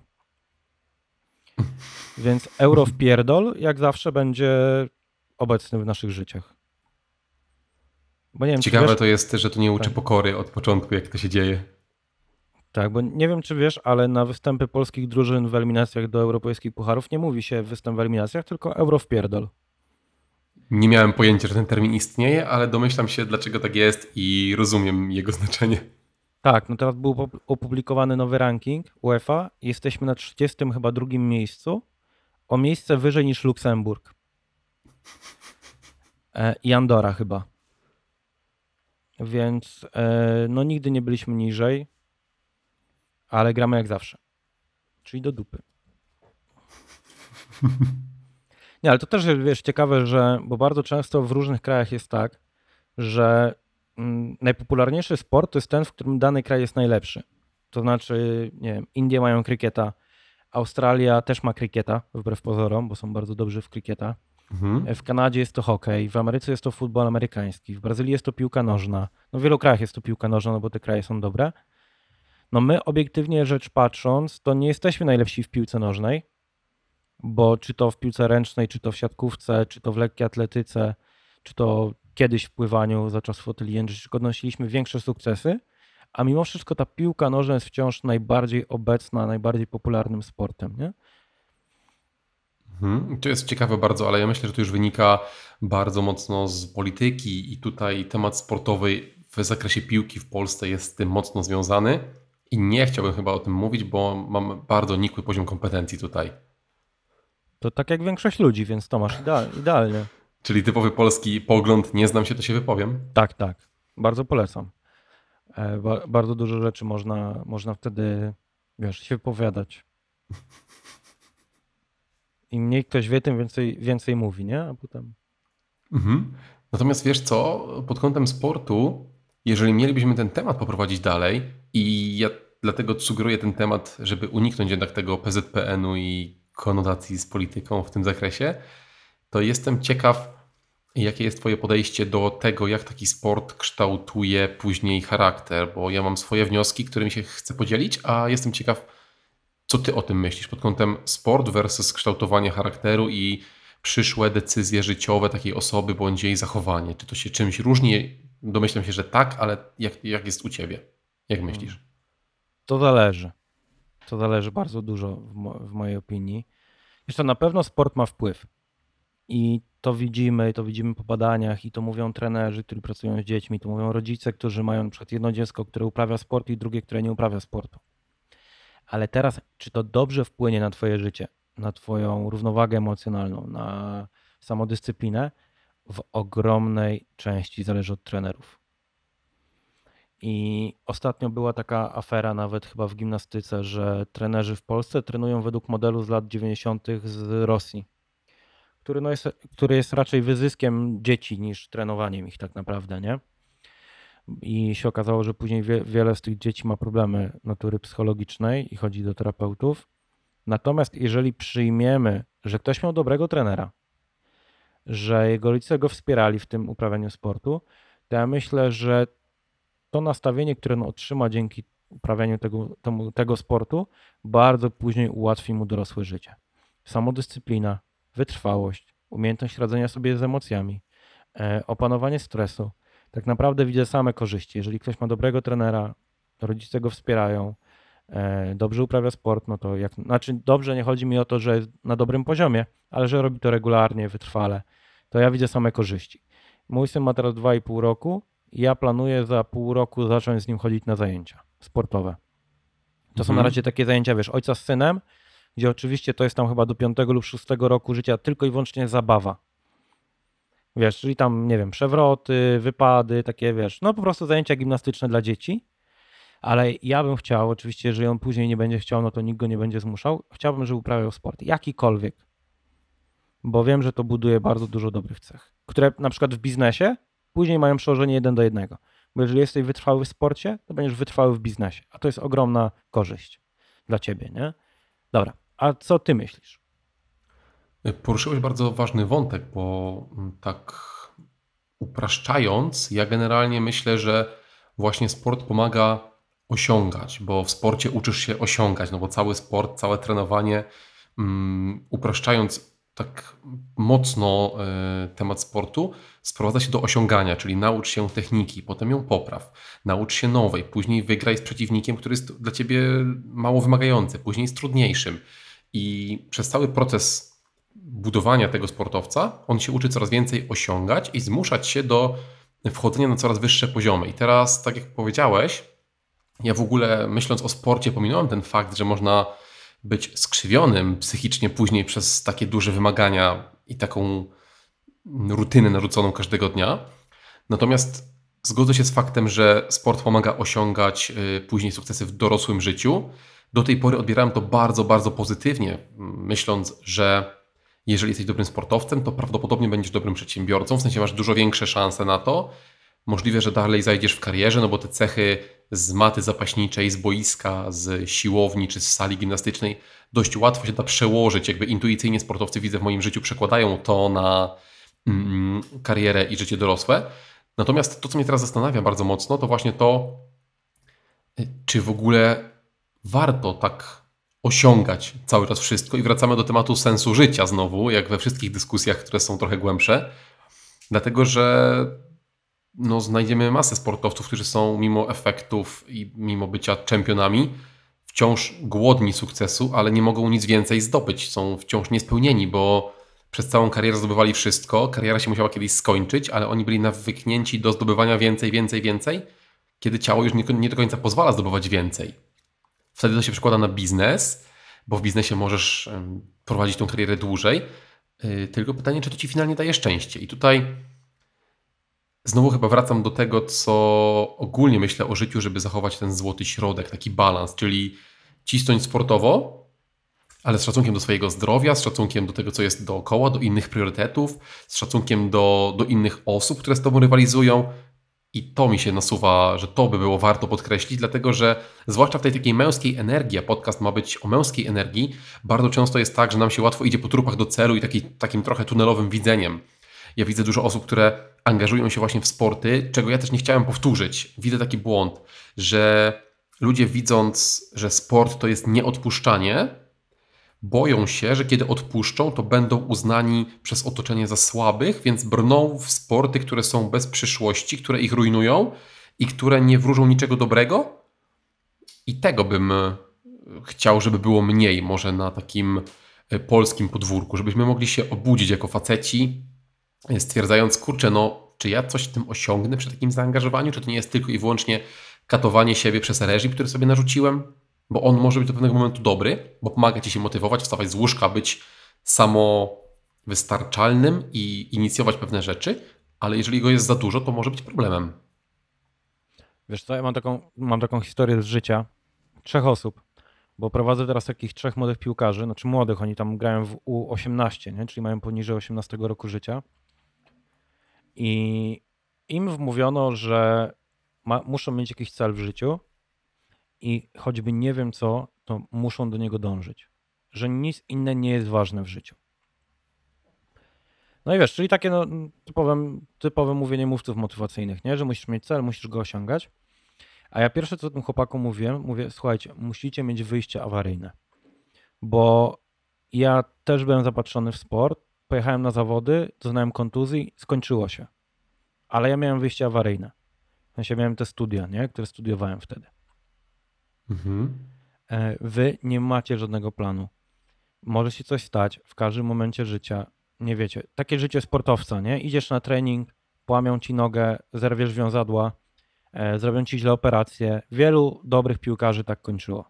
Więc euro w pierdol jak zawsze będzie obecny w naszych życiach. Bo nie wiem, czy Ciekawe wiesz, to jest, że to nie uczy tak. pokory od początku, jak to się dzieje. Tak, bo nie wiem, czy wiesz, ale na występy polskich drużyn w eliminacjach do europejskich pucharów nie mówi się występ w eliminacjach, tylko euro w pierdol. Nie miałem pojęcia, że ten termin istnieje, ale domyślam się, dlaczego tak jest i rozumiem jego znaczenie. Tak, no teraz był opublikowany nowy ranking UEFA i jesteśmy na 30 chyba drugim miejscu, o miejsce wyżej niż Luksemburg. I Andora chyba. Więc no nigdy nie byliśmy niżej, ale gramy jak zawsze. Czyli do dupy. Nie, ale to też jest, wiesz, ciekawe, że, bo bardzo często w różnych krajach jest tak, że najpopularniejszy sport to jest ten, w którym dany kraj jest najlepszy. To znaczy, nie wiem, Indie mają krykieta, Australia też ma krykieta, wbrew pozorom, bo są bardzo dobrzy w krykieta. Mhm. W Kanadzie jest to hokej, w Ameryce jest to futbol amerykański, w Brazylii jest to piłka nożna. No w wielu krajach jest to piłka nożna, no bo te kraje są dobre. No my obiektywnie rzecz patrząc, to nie jesteśmy najlepsi w piłce nożnej, bo czy to w piłce ręcznej, czy to w siatkówce, czy to w lekkiej atletyce, czy to kiedyś w pływaniu za czasów Otyli Jędrzejczyk odnosiliśmy większe sukcesy, a mimo wszystko ta piłka nożna jest wciąż najbardziej obecna, najbardziej popularnym sportem, nie? Mhm. To jest ciekawe bardzo, ale ja myślę, że to już wynika bardzo mocno z polityki i tutaj temat sportowy w zakresie piłki w Polsce jest z tym mocno związany i nie chciałbym chyba o tym mówić, bo mam bardzo nikły poziom kompetencji tutaj. To tak jak większość ludzi, więc Tomasz, idealnie. Czyli typowy polski pogląd, nie znam się, to się wypowiem. Tak, tak. Bardzo polecam. Bardzo dużo rzeczy można wtedy, wiesz, się wypowiadać. Im mniej ktoś wie, tym więcej mówi, nie? A potem... Mhm. Natomiast wiesz co, pod kątem sportu, jeżeli mielibyśmy ten temat poprowadzić dalej i ja dlatego sugeruję ten temat, żeby uniknąć jednak tego PZPN-u i konotacji z polityką w tym zakresie, to jestem ciekaw, jakie jest Twoje podejście do tego, jak taki sport kształtuje później charakter, bo ja mam swoje wnioski, którymi się chcę podzielić, a jestem ciekaw, co Ty o tym myślisz pod kątem sport versus kształtowanie charakteru i przyszłe decyzje życiowe takiej osoby bądź jej zachowanie. Czy to się czymś różni? Domyślam się, że tak, ale jak jest u Ciebie? Jak myślisz? To zależy. To zależy bardzo dużo w mojej opinii. Jeszcze na pewno sport ma wpływ. I to widzimy po badaniach i to mówią trenerzy, którzy pracują z dziećmi, to mówią rodzice, którzy mają na przykład jedno dziecko, które uprawia sport i drugie, które nie uprawia sportu. Ale teraz, czy to dobrze wpłynie na twoje życie, na twoją równowagę emocjonalną, na samodyscyplinę? W ogromnej części zależy od trenerów. I ostatnio była taka afera nawet chyba w gimnastyce, że trenerzy w Polsce trenują według modelu z lat 90. z Rosji, który jest raczej wyzyskiem dzieci niż trenowaniem ich tak naprawdę, nie? I się okazało, że później wiele z tych dzieci ma problemy natury psychologicznej i chodzi do terapeutów. Natomiast jeżeli przyjmiemy, że ktoś miał dobrego trenera, że jego rodzice go wspierali w tym uprawianiu sportu, to ja myślę, że to nastawienie, które on otrzyma dzięki uprawianiu tego sportu, bardzo później ułatwi mu dorosłe życie. Samodyscyplina, wytrwałość, umiejętność radzenia sobie z emocjami, opanowanie stresu. Tak naprawdę widzę same korzyści. Jeżeli ktoś ma dobrego trenera, rodzice go wspierają, dobrze uprawia sport, no to znaczy dobrze, nie chodzi mi o to, że jest na dobrym poziomie, ale że robi to regularnie, wytrwale, to ja widzę same korzyści. Mój syn ma teraz 2,5 roku i ja planuję za pół roku zacząć z nim chodzić na zajęcia sportowe. To są na razie takie zajęcia, wiesz, ojca z synem, gdzie oczywiście to jest tam chyba do 5 lub 6 roku życia tylko i wyłącznie zabawa. Wiesz, czyli tam, nie wiem, przewroty, wypady, takie, wiesz, no po prostu zajęcia gimnastyczne dla dzieci, ale ja bym chciał, oczywiście, jeżeli on później nie będzie chciał, no to nikt go nie będzie zmuszał, chciałbym, żeby uprawiał sport, jakikolwiek, bo wiem, że to buduje bardzo dużo dobrych cech, które na przykład w biznesie później mają przełożenie 1:1, bo jeżeli jesteś wytrwały w sporcie, to będziesz wytrwały w biznesie, a to jest ogromna korzyść dla ciebie, nie? Dobra, a co ty myślisz? Poruszyłeś bardzo ważny wątek, bo tak upraszczając, ja generalnie myślę, że właśnie sport pomaga osiągać, bo w sporcie uczysz się osiągać, no bo cały sport, całe trenowanie, upraszczając tak mocno temat sportu, sprowadza się do osiągania, czyli naucz się techniki, potem ją popraw, naucz się nowej, później wygraj z przeciwnikiem, który jest dla ciebie mało wymagający, później z trudniejszym. I przez cały proces budowania tego sportowca, on się uczy coraz więcej osiągać i zmuszać się do wchodzenia na coraz wyższe poziomy. I teraz, tak jak powiedziałeś, ja w ogóle myśląc o sporcie pominąłem ten fakt, że można być skrzywionym psychicznie później przez takie duże wymagania i taką rutynę narzuconą każdego dnia. Natomiast zgodzę się z faktem, że sport pomaga osiągać później sukcesy w dorosłym życiu. Do tej pory odbierałem to bardzo, bardzo pozytywnie, myśląc, że jeżeli jesteś dobrym sportowcem, to prawdopodobnie będziesz dobrym przedsiębiorcą, w sensie masz dużo większe szanse na to. Możliwe, że dalej zajdziesz w karierze, no bo te cechy z maty zapaśniczej, z boiska, z siłowni czy z sali gimnastycznej dość łatwo się da przełożyć. Jakby intuicyjnie sportowcy, widzę w moim życiu, przekładają to na karierę i życie dorosłe. Natomiast to, co mnie teraz zastanawia bardzo mocno, to właśnie to, czy w ogóle warto tak osiągać cały czas wszystko i wracamy do tematu sensu życia znowu, jak we wszystkich dyskusjach, które są trochę głębsze, dlatego że no, znajdziemy masę sportowców, którzy są mimo efektów i mimo bycia czempionami wciąż głodni sukcesu, ale nie mogą nic więcej zdobyć, są wciąż niespełnieni, bo przez całą karierę zdobywali wszystko, kariera się musiała kiedyś skończyć, ale oni byli nawyknięci do zdobywania więcej, więcej, więcej, kiedy ciało już nie do końca pozwala zdobywać więcej. Wtedy to się przekłada na biznes, bo w biznesie możesz prowadzić tą karierę dłużej. Tylko pytanie, czy to ci finalnie daje szczęście. I tutaj znowu chyba wracam do tego, co ogólnie myślę o życiu, żeby zachować ten złoty środek, taki balans, czyli cisnąć sportowo, ale z szacunkiem do swojego zdrowia, z szacunkiem do tego, co jest dookoła, do innych priorytetów, z szacunkiem do innych osób, które z tobą rywalizują. I to mi się nasuwa, że to by było warto podkreślić, dlatego że zwłaszcza w tej takiej męskiej energii, a podcast ma być o męskiej energii, bardzo często jest tak, że nam się łatwo idzie po trupach do celu i takim trochę tunelowym widzeniem. Ja widzę dużo osób, które angażują się właśnie w sporty, czego ja też nie chciałem powtórzyć. Widzę taki błąd, że ludzie widząc, że sport to jest nieodpuszczanie, boją się, że kiedy odpuszczą, to będą uznani przez otoczenie za słabych, więc brną w sporty, które są bez przyszłości, które ich rujnują i które nie wróżą niczego dobrego. I tego bym chciał, żeby było mniej może na takim polskim podwórku, żebyśmy mogli się obudzić jako faceci, stwierdzając, kurczę, no czy ja coś tym osiągnę przy takim zaangażowaniu, czy to nie jest tylko i wyłącznie katowanie siebie przez reżim, który sobie narzuciłem? Bo on może być do pewnego momentu dobry, bo pomaga ci się motywować, wstawać z łóżka, być samowystarczalnym i inicjować pewne rzeczy, ale jeżeli go jest za dużo, to może być problemem. Wiesz co, ja mam taką historię z życia 3 osób, bo prowadzę teraz takich 3 młodych piłkarzy, znaczy młodych, oni tam grają w U18, nie? Czyli mają poniżej 18 roku życia i im wmówiono, że muszą mieć jakiś cel w życiu i choćby nie wiem co, to muszą do niego dążyć, że nic inne nie jest ważne w życiu. No i wiesz, czyli takie no, typowe mówienie mówców motywacyjnych, nie? Że musisz mieć cel, musisz go osiągać. A ja pierwsze co tym chłopakom mówię, słuchajcie, musicie mieć wyjście awaryjne, bo ja też byłem zapatrzony w sport, pojechałem na zawody, doznałem kontuzji, skończyło się, ale ja miałem wyjście awaryjne. W sensie miałem te studia, nie? Które studiowałem wtedy. Wy nie macie żadnego planu. Może się coś stać w każdym momencie życia. nie wiecie, takie życie sportowca, nie? Idziesz na trening, połamią ci nogę, zerwiesz wiązadła, zrobią ci źle operacje. Wielu dobrych piłkarzy tak kończyło.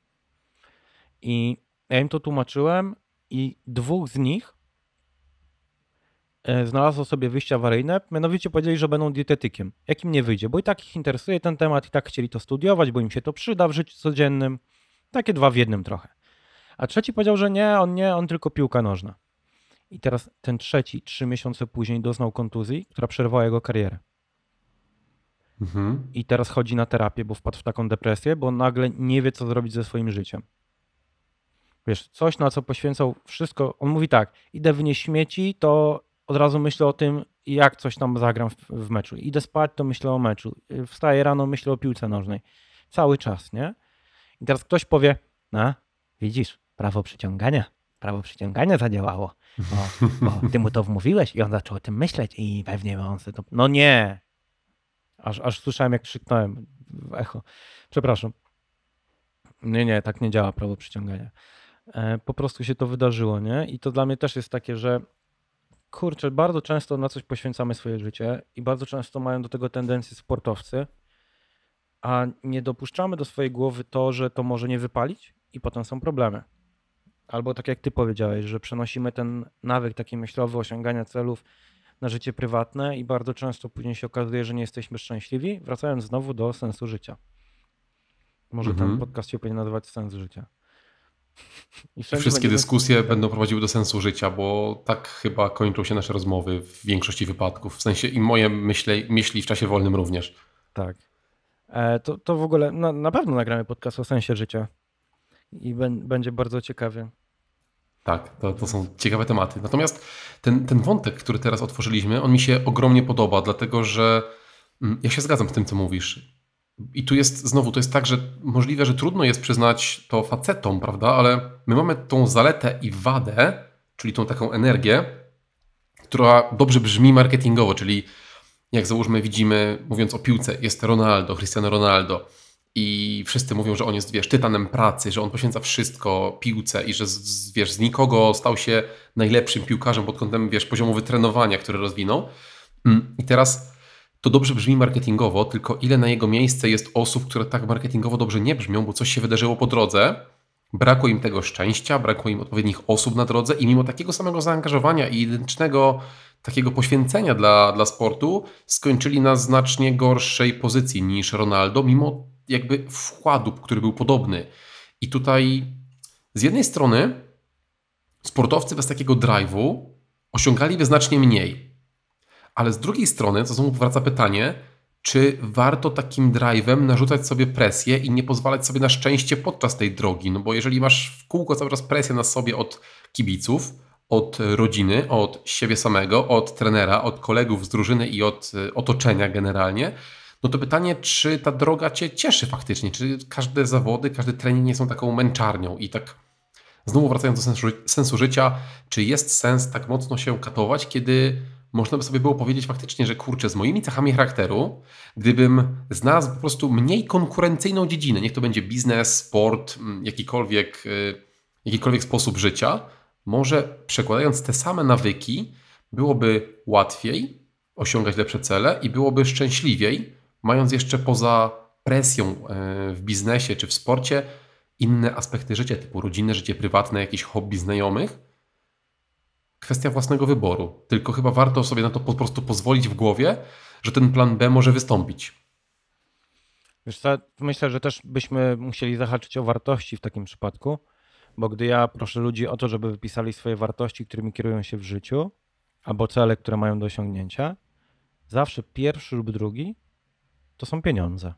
I ja im to tłumaczyłem i dwóch z nich znalazło sobie wyjście awaryjne, mianowicie powiedzieli, że będą dietetykiem. Jak im nie wyjdzie, bo i tak ich interesuje ten temat, i tak chcieli to studiować, bo im się to przyda w życiu codziennym. Takie dwa w jednym trochę. A trzeci powiedział, że nie, on tylko piłka nożna. I teraz ten trzeci 3 miesiące później doznał kontuzji, która przerwała jego karierę. Mhm. I teraz chodzi na terapię, bo wpadł w taką depresję, bo nagle nie wie, co zrobić ze swoim życiem. Wiesz, coś, na co poświęcał wszystko. On mówi tak, idę wynieść śmieci, to od razu myślę o tym, jak coś tam zagram w meczu. Idę spać, to myślę o meczu. Wstaję rano, myślę o piłce nożnej. Cały czas, nie? I teraz ktoś powie, no, widzisz, prawo przyciągania zadziałało, bo ty mu to wmówiłeś i on zaczął o tym myśleć i pewnie on sobie to... No nie! Aż słyszałem, jak krzyknąłem w echo. Przepraszam. Nie, tak nie działa prawo przyciągania. Po prostu się to wydarzyło, nie? I to dla mnie też jest takie, że kurczę, bardzo często na coś poświęcamy swoje życie i bardzo często mają do tego tendencje sportowcy, a nie dopuszczamy do swojej głowy to, że to może nie wypalić i potem są problemy. Albo tak jak ty powiedziałeś, że przenosimy ten nawyk taki myślowy osiągania celów na życie prywatne i bardzo często później się okazuje, że nie jesteśmy szczęśliwi, wracając znowu do sensu życia. Może ten podcast się powinien nazywać Sens życia. I wszędzie Wszystkie będziemy... dyskusje będą prowadziły do sensu życia, bo tak chyba kończą się nasze rozmowy w większości wypadków. W sensie i moje myśli w czasie wolnym również. Tak. To w ogóle na pewno nagramy podcast o sensie życia i będzie bardzo ciekawie. Tak, to są ciekawe tematy. Natomiast ten wątek, który teraz otworzyliśmy, on mi się ogromnie podoba, dlatego że ja się zgadzam z tym, co mówisz. I tu jest znowu, to jest tak, że możliwe, że trudno jest przyznać to facetom, prawda? Ale my mamy tą zaletę i wadę, czyli tą taką energię, która dobrze brzmi marketingowo, czyli jak załóżmy widzimy, mówiąc o piłce, jest Ronaldo, Cristiano Ronaldo i wszyscy mówią, że on jest, wiesz, tytanem pracy, że on poświęca wszystko piłce i że, wiesz, z nikogo stał się najlepszym piłkarzem pod kątem, wiesz, poziomu wytrenowania, który rozwinął. I teraz to dobrze brzmi marketingowo, tylko ile na jego miejsce jest osób, które tak marketingowo dobrze nie brzmią, bo coś się wydarzyło po drodze, brakło im tego szczęścia, brakło im odpowiednich osób na drodze i mimo takiego samego zaangażowania i identycznego takiego poświęcenia dla sportu skończyli na znacznie gorszej pozycji niż Ronaldo, mimo jakby wkładu, który był podobny. I tutaj z jednej strony sportowcy bez takiego drive'u osiągaliby znacznie mniej. Ale z drugiej strony, to znowu wraca pytanie, czy warto takim drive'em narzucać sobie presję i nie pozwalać sobie na szczęście podczas tej drogi? No bo jeżeli masz w kółko cały czas presję na sobie od kibiców, od rodziny, od siebie samego, od trenera, od kolegów z drużyny i od otoczenia generalnie, no to pytanie, czy ta droga cię cieszy faktycznie? Czy każde zawody, każdy trening nie są taką męczarnią? I tak znowu wracając do sensu życia, czy jest sens tak mocno się katować, kiedy można by sobie było powiedzieć faktycznie, że kurczę, z moimi cechami charakteru, gdybym znalazł po prostu mniej konkurencyjną dziedzinę, niech to będzie biznes, sport, jakikolwiek sposób życia, może przekładając te same nawyki, byłoby łatwiej osiągać lepsze cele i byłoby szczęśliwiej, mając jeszcze poza presją w biznesie czy w sporcie inne aspekty życia, typu rodzinne, życie prywatne, jakieś hobby znajomych. Kwestia własnego wyboru. Tylko chyba warto sobie na to po prostu pozwolić w głowie, że ten plan B może wystąpić. Wiesz co, myślę, że też byśmy musieli zahaczyć o wartości w takim przypadku, bo gdy ja proszę ludzi o to, żeby wypisali swoje wartości, którymi kierują się w życiu, albo cele, które mają do osiągnięcia, zawsze pierwszy lub drugi to są pieniądze.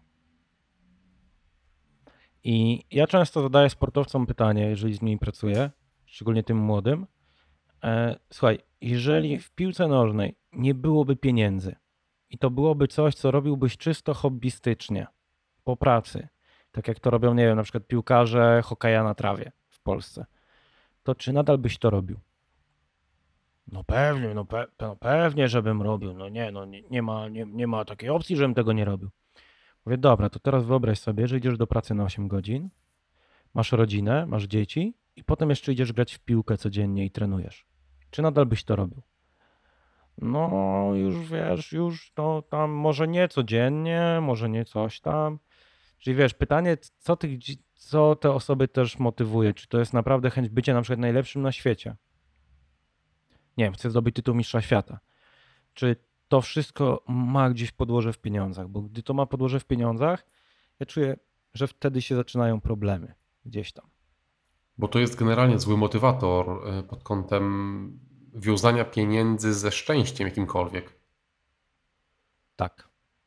I ja często zadaję sportowcom pytanie, jeżeli z nimi pracuję, szczególnie tym młodym, słuchaj, jeżeli w piłce nożnej nie byłoby pieniędzy i to byłoby coś, co robiłbyś czysto hobbystycznie, po pracy, tak jak to robią, nie wiem, na przykład piłkarze hokeja na trawie w Polsce, to czy nadal byś to robił? No pewnie, no pewnie, żebym robił. Nie ma takiej opcji, żebym tego nie robił. Mówię, dobra, to teraz wyobraź sobie, że idziesz do pracy na 8 godzin, masz rodzinę, masz dzieci i potem jeszcze idziesz grać w piłkę codziennie i trenujesz. Czy nadal byś to robił? No już wiesz, już no tam może nie codziennie, może nie coś tam. Czyli wiesz, pytanie, co te osoby też motywuje? Czy to jest naprawdę chęć bycia na przykład najlepszym na świecie? Nie wiem, chcę zdobyć tytuł mistrza świata. Czy to wszystko ma gdzieś podłoże w pieniądzach? Bo gdy to ma podłoże w pieniądzach, ja czuję, że wtedy się zaczynają problemy gdzieś tam. Bo to jest generalnie zły motywator pod kątem wiązania pieniędzy ze szczęściem jakimkolwiek. Tak.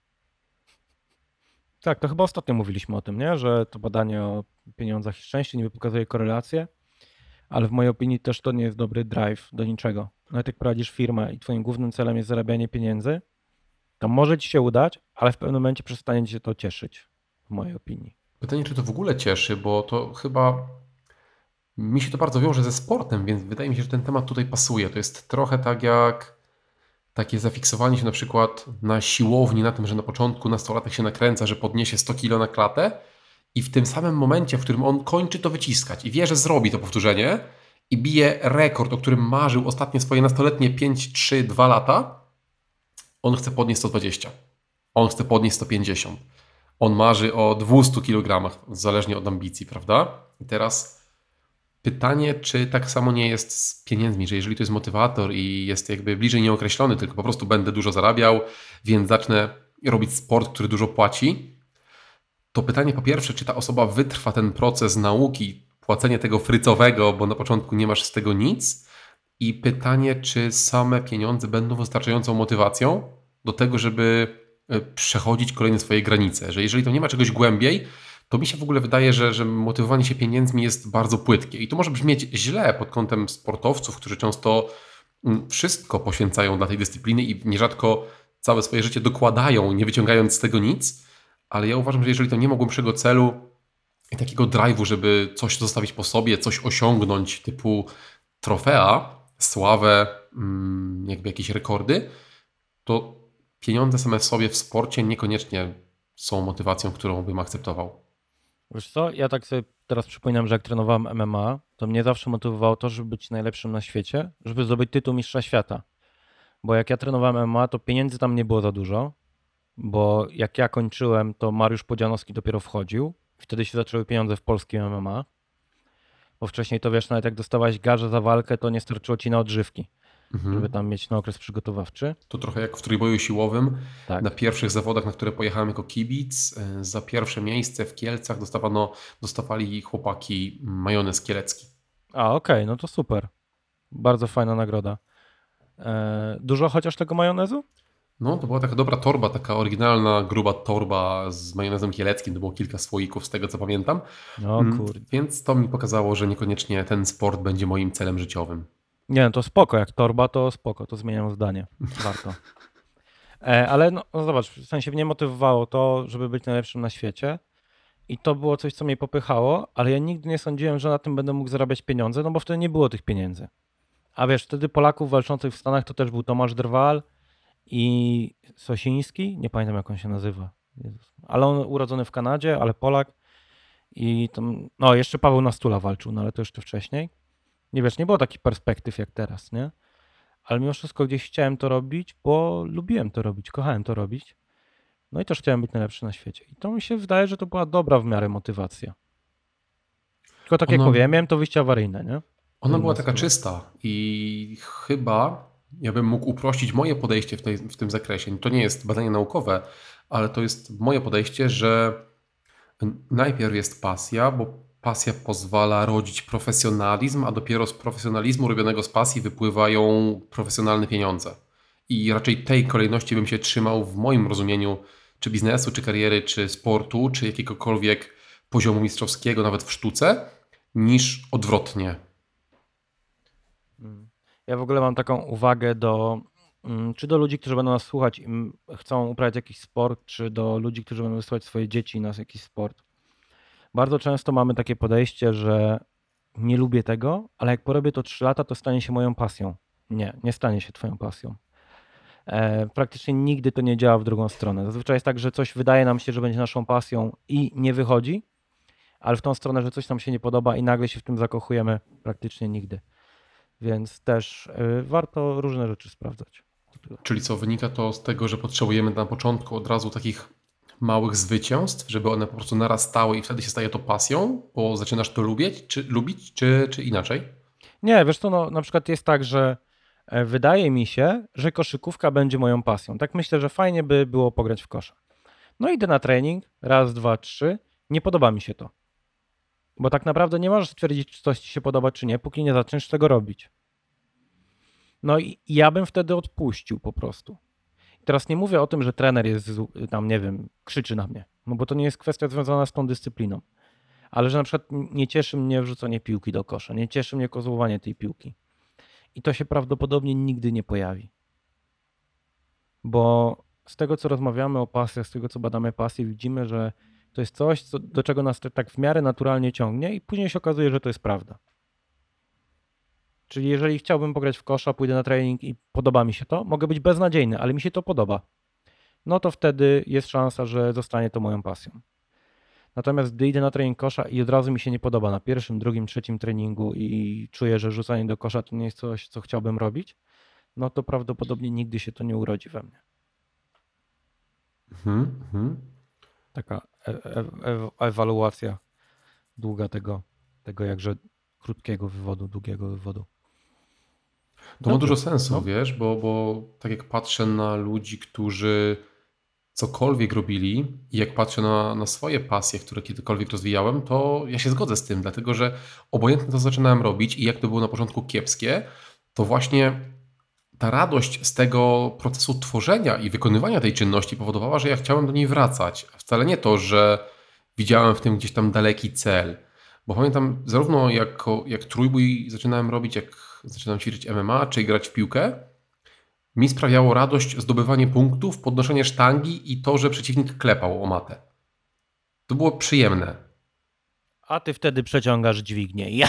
Tak, to chyba ostatnio mówiliśmy o tym, nie? Że to badanie o pieniądzach i szczęściu niby pokazuje korelację, ale w mojej opinii też to nie jest dobry drive do niczego. Nawet jak prowadzisz firmę i twoim głównym celem jest zarabianie pieniędzy, to może ci się udać, ale w pewnym momencie przestanie cię to cieszyć, w mojej opinii. Pytanie, czy to w ogóle cieszy, bo to chyba mi się to bardzo wiąże ze sportem, więc wydaje mi się, że ten temat tutaj pasuje. To jest trochę tak jak takie zafiksowanie się na przykład na siłowni, na tym, że na początku nastolatek się nakręca, że podniesie 100 kilo na klatę i w tym samym momencie, w którym on kończy to wyciskać i wie, że zrobi to powtórzenie i bije rekord, o którym marzył ostatnie swoje nastoletnie 5, 3, 2 lata, on chce podnieść 120. On chce podnieść 150. On marzy o 200 kg, zależnie od ambicji, prawda? I teraz pytanie, czy tak samo nie jest z pieniędzmi, że jeżeli to jest motywator i jest jakby bliżej nieokreślony, tylko po prostu będę dużo zarabiał, więc zacznę robić sport, który dużo płaci, to pytanie po pierwsze, czy ta osoba wytrwa ten proces nauki, płacenie tego frycowego, bo na początku nie masz z tego nic, i pytanie, czy same pieniądze będą wystarczającą motywacją do tego, żeby przechodzić kolejne swoje granice, że jeżeli to nie ma czegoś głębiej, to mi się w ogóle wydaje, że motywowanie się pieniędzmi jest bardzo płytkie. I to może brzmieć źle pod kątem sportowców, którzy często wszystko poświęcają dla tej dyscypliny i nierzadko całe swoje życie dokładają, nie wyciągając z tego nic. Ale ja uważam, że jeżeli to nie ma głębszego celu i takiego drive'u, żeby coś zostawić po sobie, coś osiągnąć typu trofea, sławę, jakby jakieś rekordy, to pieniądze same w sobie w sporcie niekoniecznie są motywacją, którą bym akceptował. Wiesz co, ja tak sobie teraz przypominam, że jak trenowałem MMA, to mnie zawsze motywowało to, żeby być najlepszym na świecie, żeby zdobyć tytuł mistrza świata. Bo jak ja trenowałem MMA, to pieniędzy tam nie było za dużo, bo jak ja kończyłem, to Mariusz Podzianowski dopiero wchodził. Wtedy się zaczęły pieniądze w polskim MMA. Bo wcześniej to wiesz, nawet jak dostawałeś garze za walkę, to nie starczyło ci na odżywki, żeby tam mieć na okres przygotowawczy. To trochę jak w trójboju siłowym. Tak. Na pierwszych zawodach, na które pojechałem jako kibic, za pierwsze miejsce w Kielcach dostawali chłopaki majonez kielecki. A, okej, no to super. Bardzo fajna nagroda. Dużo chociaż tego majonezu? No, to była taka dobra torba, taka oryginalna, gruba torba z majonezem kieleckim. To było kilka słoików z tego, co pamiętam. No kurde. Więc to mi pokazało, że niekoniecznie ten sport będzie moim celem życiowym. Nie, no to spoko, jak torba, to spoko, to zmieniam zdanie. Warto. Ale no zobacz, w sensie mnie motywowało to, żeby być najlepszym na świecie i to było coś, co mnie popychało, ale ja nigdy nie sądziłem, że na tym będę mógł zarabiać pieniądze, no bo wtedy nie było tych pieniędzy. A wiesz, wtedy Polaków walczących w Stanach to też był Tomasz Drwal i Sosiński, nie pamiętam jak on się nazywa, Jezus. Ale on urodzony w Kanadzie, ale Polak i tam, no jeszcze Paweł Nastula walczył, no ale to jeszcze wcześniej. Nie wiesz, nie było takich perspektyw jak teraz, nie? Ale mimo wszystko gdzieś chciałem to robić, bo lubiłem to robić, kochałem to robić. No i też chciałem być najlepszy na świecie. I to mi się wydaje, że to była dobra w miarę motywacja. Tylko tak jak Ona- mówiłem, miałem to wyjście awaryjne, nie? Ona była Inna taka sytuacja. czysta i chyba ja bym mógł uprościć moje podejście w tym zakresie. To nie jest badanie naukowe, ale to jest moje podejście, że najpierw jest pasja, bo pasja pozwala rodzić profesjonalizm, a dopiero z profesjonalizmu robionego z pasji wypływają profesjonalne pieniądze. I raczej tej kolejności bym się trzymał w moim rozumieniu, czy biznesu, czy kariery, czy sportu, czy jakiegokolwiek poziomu mistrzowskiego, nawet w sztuce, niż odwrotnie. Ja w ogóle mam taką uwagę czy do ludzi, którzy będą nas słuchać i chcą uprawiać jakiś sport, czy do ludzi, którzy będą wysyłać swoje dzieci na jakiś sport. Bardzo często mamy takie podejście, że nie lubię tego, ale jak porobię to 3 lata, to stanie się moją pasją. Nie, nie stanie się twoją pasją. Praktycznie nigdy to nie działa w drugą stronę. Zazwyczaj jest tak, że coś wydaje nam się, że będzie naszą pasją i nie wychodzi, ale w tą stronę, że coś nam się nie podoba i nagle się w tym zakochujemy, praktycznie nigdy. Więc też warto różne rzeczy sprawdzać. Czyli co, wynika to z tego, że potrzebujemy na początku od razu takich małych zwycięstw, żeby one po prostu narastały i wtedy się staje to pasją, bo zaczynasz to lubić, czy inaczej? Nie, wiesz co, no, na przykład jest tak, że wydaje mi się, że koszykówka będzie moją pasją. Tak myślę, że fajnie by było pograć w kosza. No idę na trening, raz, dwa, trzy, nie podoba mi się to. Bo tak naprawdę nie możesz stwierdzić, czy coś ci się podoba, czy nie, póki nie zaczniesz tego robić. No i ja bym wtedy odpuścił po prostu. I teraz nie mówię o tym, że trener jest tam, nie wiem, krzyczy na mnie, no bo to nie jest kwestia związana z tą dyscypliną. Ale że na przykład nie cieszy mnie wrzucanie piłki do kosza, nie cieszy mnie kozłowanie tej piłki. I to się prawdopodobnie nigdy nie pojawi. Bo z tego, co rozmawiamy o pasjach, z tego, co badamy pasję, widzimy, że to jest coś, do czego nas tak w miarę naturalnie ciągnie i później się okazuje, że to jest prawda. Czyli jeżeli chciałbym pograć w kosza, pójdę na trening i podoba mi się to, mogę być beznadziejny, ale mi się to podoba. No to wtedy jest szansa, że zostanie to moją pasją. Natomiast gdy idę na trening kosza i od razu mi się nie podoba na pierwszym, drugim, trzecim treningu i czuję, że rzucanie do kosza to nie jest coś, co chciałbym robić, no to prawdopodobnie nigdy się to nie urodzi we mnie. Taka ewaluacja długa tego jakże krótkiego wywodu, długiego wywodu. To ma Dobrze. dużo sensu, No. wiesz, bo tak jak patrzę na ludzi, którzy cokolwiek robili i jak patrzę na swoje pasje, które kiedykolwiek rozwijałem, to ja się zgodzę z tym, dlatego że obojętnie to zaczynałem robić i jak to było na początku kiepskie, to właśnie ta radość z tego procesu tworzenia i wykonywania tej czynności powodowała, że ja chciałem do niej wracać. Wcale nie to, że widziałem w tym gdzieś tam daleki cel. Bo pamiętam, zarówno jak trójbój zaczynałem robić, jak zaczynałem ćwiczyć MMA, czy grać w piłkę, mi sprawiało radość zdobywanie punktów, podnoszenie sztangi i to, że przeciwnik klepał o matę. To było przyjemne. A ty wtedy przeciągasz dźwignię. Ja.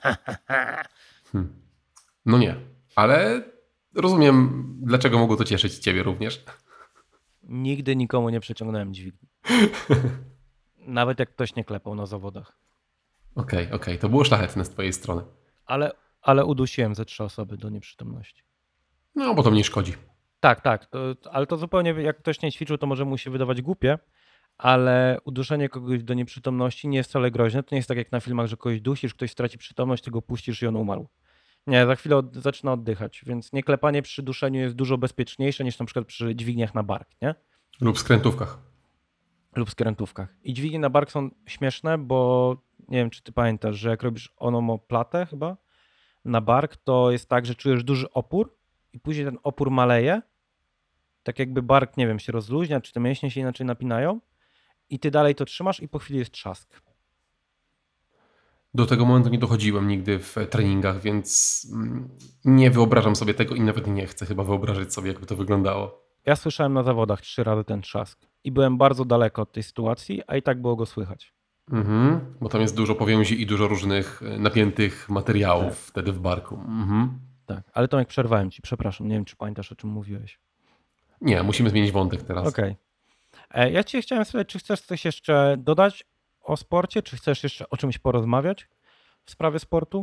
No nie, ale rozumiem, dlaczego mogło to cieszyć ciebie również. Nigdy nikomu nie przeciągnąłem dźwigni. Nawet jak ktoś nie klepał na zawodach. Okej, to było szlachetne z twojej strony. Ale udusiłem ze 3 osoby do nieprzytomności. No, bo to mnie szkodzi. Tak. Ale to zupełnie, jak ktoś nie ćwiczył, to może mu się wydawać głupie, ale uduszenie kogoś do nieprzytomności nie jest wcale groźne. To nie jest tak jak na filmach, że kogoś dusisz, ktoś straci przytomność, ty go puścisz i on umarł. Nie, za chwilę zaczyna oddychać, więc nieklepanie przy duszeniu jest dużo bezpieczniejsze niż na przykład przy dźwigniach na bark, nie? Lub skrętówkach. Lub skrętówkach. I dźwignie na bark są śmieszne, bo nie wiem, czy ty pamiętasz, że jak robisz onomoplatę chyba na bark, to jest tak, że czujesz duży opór i później ten opór maleje, tak jakby bark, nie wiem, się rozluźnia, czy te mięśnie się inaczej napinają i ty dalej to trzymasz i po chwili jest trzask. Do tego momentu nie dochodziłem nigdy w treningach, więc nie wyobrażam sobie tego i nawet nie chcę chyba wyobrazić sobie, jakby to wyglądało. Ja słyszałem na zawodach 3 razy ten trzask i byłem bardzo daleko od tej sytuacji, a i tak było go słychać. Bo tam jest dużo powięzi i dużo różnych napiętych materiałów wtedy w barku. Tak, ale Tomek, przerwałem ci, przepraszam, nie wiem, czy pamiętasz, o czym mówiłeś. Nie, musimy zmienić wątek teraz. Okej. Ja cię chciałem spytać, czy chcesz coś jeszcze dodać o sporcie, czy chcesz jeszcze o czymś porozmawiać w sprawie sportu?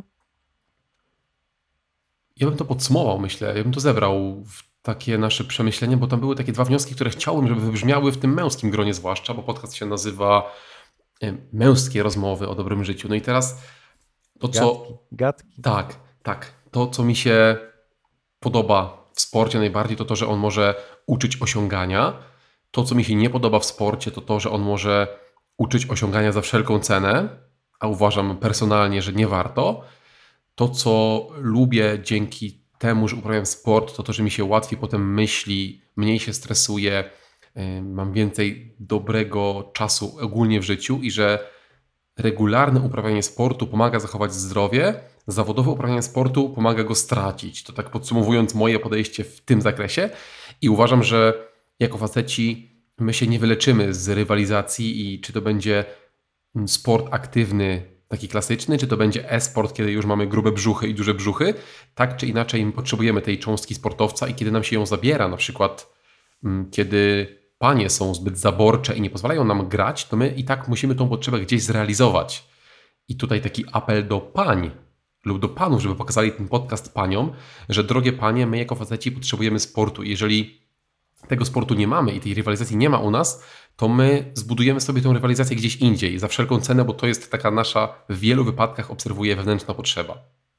Ja bym to podsumował, myślę. Ja bym to zebrał w takie nasze przemyślenie, bo tam były takie 2 wnioski, które chciałbym, żeby wybrzmiały w tym męskim gronie zwłaszcza, bo podcast się nazywa Męskie rozmowy o dobrym życiu. No i teraz to, co... Gadki. Tak. To, co mi się podoba w sporcie najbardziej, to to, że on może uczyć osiągania. To, co mi się nie podoba w sporcie, to to, że on może uczyć osiągania za wszelką cenę, a uważam personalnie, że nie warto. To, co lubię dzięki temu, że uprawiam sport, to to, że mi się łatwiej potem myśli, mniej się stresuję, mam więcej dobrego czasu ogólnie w życiu i że regularne uprawianie sportu pomaga zachować zdrowie, zawodowe uprawianie sportu pomaga go stracić. To tak podsumowując moje podejście w tym zakresie i uważam, że jako faceci my się nie wyleczymy z rywalizacji i czy to będzie sport aktywny, taki klasyczny, czy to będzie e-sport, kiedy już mamy grube brzuchy i duże brzuchy, tak czy inaczej potrzebujemy tej cząstki sportowca i kiedy nam się ją zabiera, na przykład kiedy panie są zbyt zaborcze i nie pozwalają nam grać, to my i tak musimy tą potrzebę gdzieś zrealizować. I tutaj taki apel do pań, lub do panów, żeby pokazali ten podcast paniom, że drogie panie, my jako faceci potrzebujemy sportu. I jeżeli tego sportu nie mamy i tej rywalizacji nie ma u nas, to my zbudujemy sobie tę rywalizację gdzieś indziej, za wszelką cenę, bo to jest taka nasza, w wielu wypadkach obserwuję, wewnętrzna potrzeba.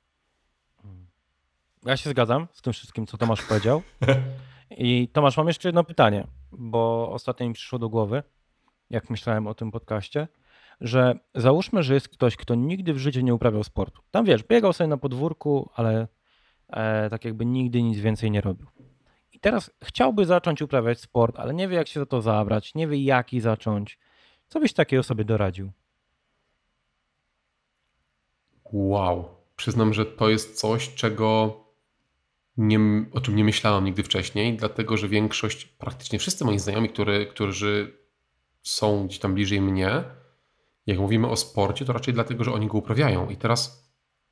Ja się zgadzam z tym wszystkim, co Tomasz powiedział. I Tomasz, mam jeszcze jedno pytanie, bo ostatnio mi przyszło do głowy, jak myślałem o tym podcaście, że załóżmy, że jest ktoś, kto nigdy w życiu nie uprawiał sportu. Tam wiesz, biegał sobie na podwórku, ale tak jakby nigdy nic więcej nie robił. I teraz chciałby zacząć uprawiać sport, ale nie wie, jak się za to zabrać, nie wie, jaki zacząć. Co byś takiej osobie doradził? Wow. Przyznam, że to jest coś, o czym nie myślałem nigdy wcześniej, dlatego że większość, praktycznie wszyscy moi znajomi, którzy są gdzieś tam bliżej mnie, jak mówimy o sporcie, to raczej dlatego, że oni go uprawiają. I teraz,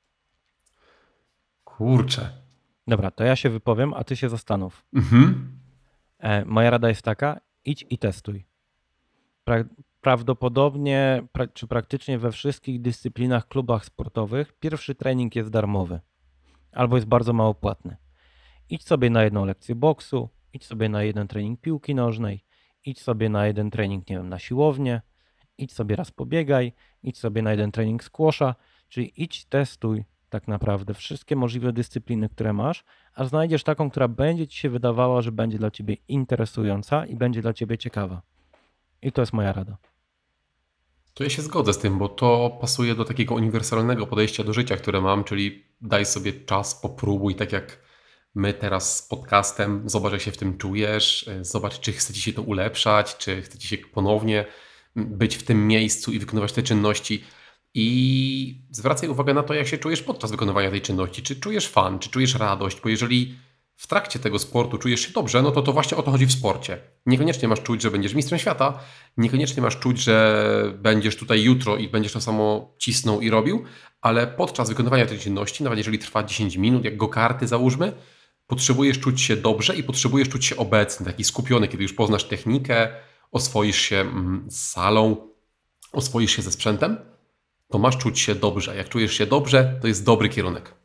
kurczę. Dobra, to ja się wypowiem, a ty się zastanów. Mhm. Moja rada jest taka, idź i testuj. Prawdopodobnie, czy praktycznie we wszystkich dyscyplinach, klubach sportowych pierwszy trening jest darmowy albo jest bardzo mało płatny. Idź sobie na jedną lekcję boksu, idź sobie na jeden trening piłki nożnej, idź sobie na jeden trening, nie wiem, na siłownię, idź sobie raz pobiegaj, idź sobie na jeden trening squasha, czyli idź, testuj tak naprawdę wszystkie możliwe dyscypliny, które masz, a znajdziesz taką, która będzie ci się wydawała, że będzie dla ciebie interesująca i będzie dla ciebie ciekawa. I to jest moja rada. To ja się zgodzę z tym, bo to pasuje do takiego uniwersalnego podejścia do życia, które mam, czyli daj sobie czas, popróbuj, tak jak my teraz z podcastem, zobacz jak się w tym czujesz, zobacz czy chce Ci się to ulepszać, czy chce Ci się ponownie być w tym miejscu i wykonywać te czynności i zwracaj uwagę na to, jak się czujesz podczas wykonywania tej czynności, czy czujesz fan, czy czujesz radość, bo jeżeli w trakcie tego sportu czujesz się dobrze, no to właśnie o to chodzi w sporcie. Niekoniecznie masz czuć, że będziesz mistrzem świata, niekoniecznie masz czuć, że będziesz tutaj jutro i będziesz to samo cisnął i robił, ale podczas wykonywania tej czynności, nawet jeżeli trwa 10 minut, jak go-karty załóżmy, potrzebujesz czuć się dobrze i potrzebujesz czuć się obecny, taki skupiony, kiedy już poznasz technikę, oswoisz się z salą, oswoisz się ze sprzętem, to masz czuć się dobrze. Jak czujesz się dobrze, to jest dobry kierunek.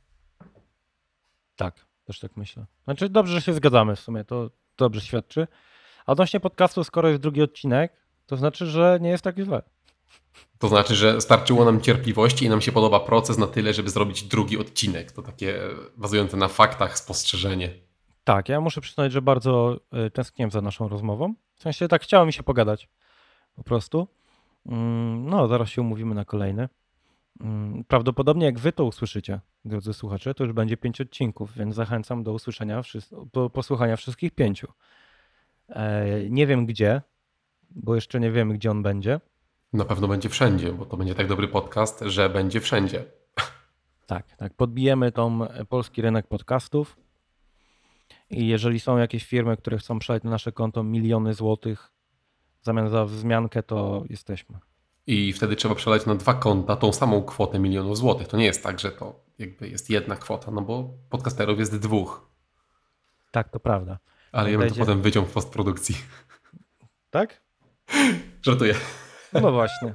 Tak, też tak myślę. Znaczy dobrze, że się zgadzamy w sumie, to dobrze świadczy. A odnośnie podcastu, skoro jest drugi odcinek, to znaczy, że nie jest tak źle. To znaczy, że starczyło nam cierpliwości i nam się podoba proces na tyle, żeby zrobić drugi odcinek. To takie bazujące na faktach spostrzeżenie. Tak, ja muszę przyznać, że bardzo tęskniłem za naszą rozmową. W sensie tak chciało mi się pogadać po prostu. No, zaraz się umówimy na kolejny. Prawdopodobnie jak wy to usłyszycie, drodzy słuchacze, to już będzie 5 odcinków, więc zachęcam do usłyszenia, do posłuchania wszystkich 5. Nie wiem gdzie, bo jeszcze nie wiemy, gdzie on będzie. Na pewno będzie wszędzie, bo to będzie tak dobry podcast, że będzie wszędzie. Tak, tak. Podbijemy tą polski rynek podcastów i jeżeli są jakieś firmy, które chcą przelać na nasze konto miliony złotych w zamian za wzmiankę, to jesteśmy. I wtedy trzeba przelać na 2 konta tą samą kwotę milionów złotych. To nie jest tak, że to jakby jest jedna kwota, no bo podcasterów jest 2. Tak, to prawda. Ale ja bym to potem wyciął w postprodukcji. Tak? Żartuję. No właśnie.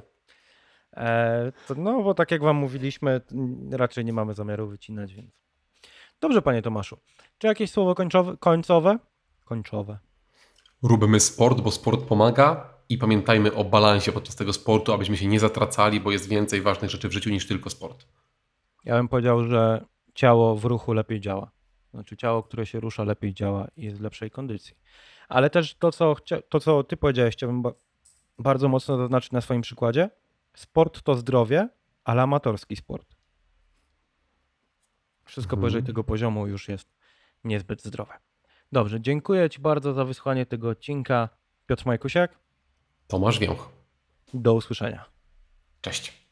No bo tak jak wam mówiliśmy, raczej nie mamy zamiaru wycinać, więc... Dobrze, panie Tomaszu. Czy jakieś słowo końcowe? Końcowe. Róbmy sport, bo sport pomaga i pamiętajmy o balansie podczas tego sportu, abyśmy się nie zatracali, bo jest więcej ważnych rzeczy w życiu niż tylko sport. Ja bym powiedział, że ciało w ruchu lepiej działa. Znaczy ciało, które się rusza, lepiej działa i jest w lepszej kondycji. Ale też to, co ty powiedziałeś, chciałbym bardzo mocno zaznaczyć na swoim przykładzie. Sport to zdrowie, ale amatorski sport. Wszystko powyżej tego poziomu już jest niezbyt zdrowe. Dobrze, dziękuję ci bardzo za wysłuchanie tego odcinka. Piotr Majkusiak. Tomasz Więch. Do usłyszenia. Cześć.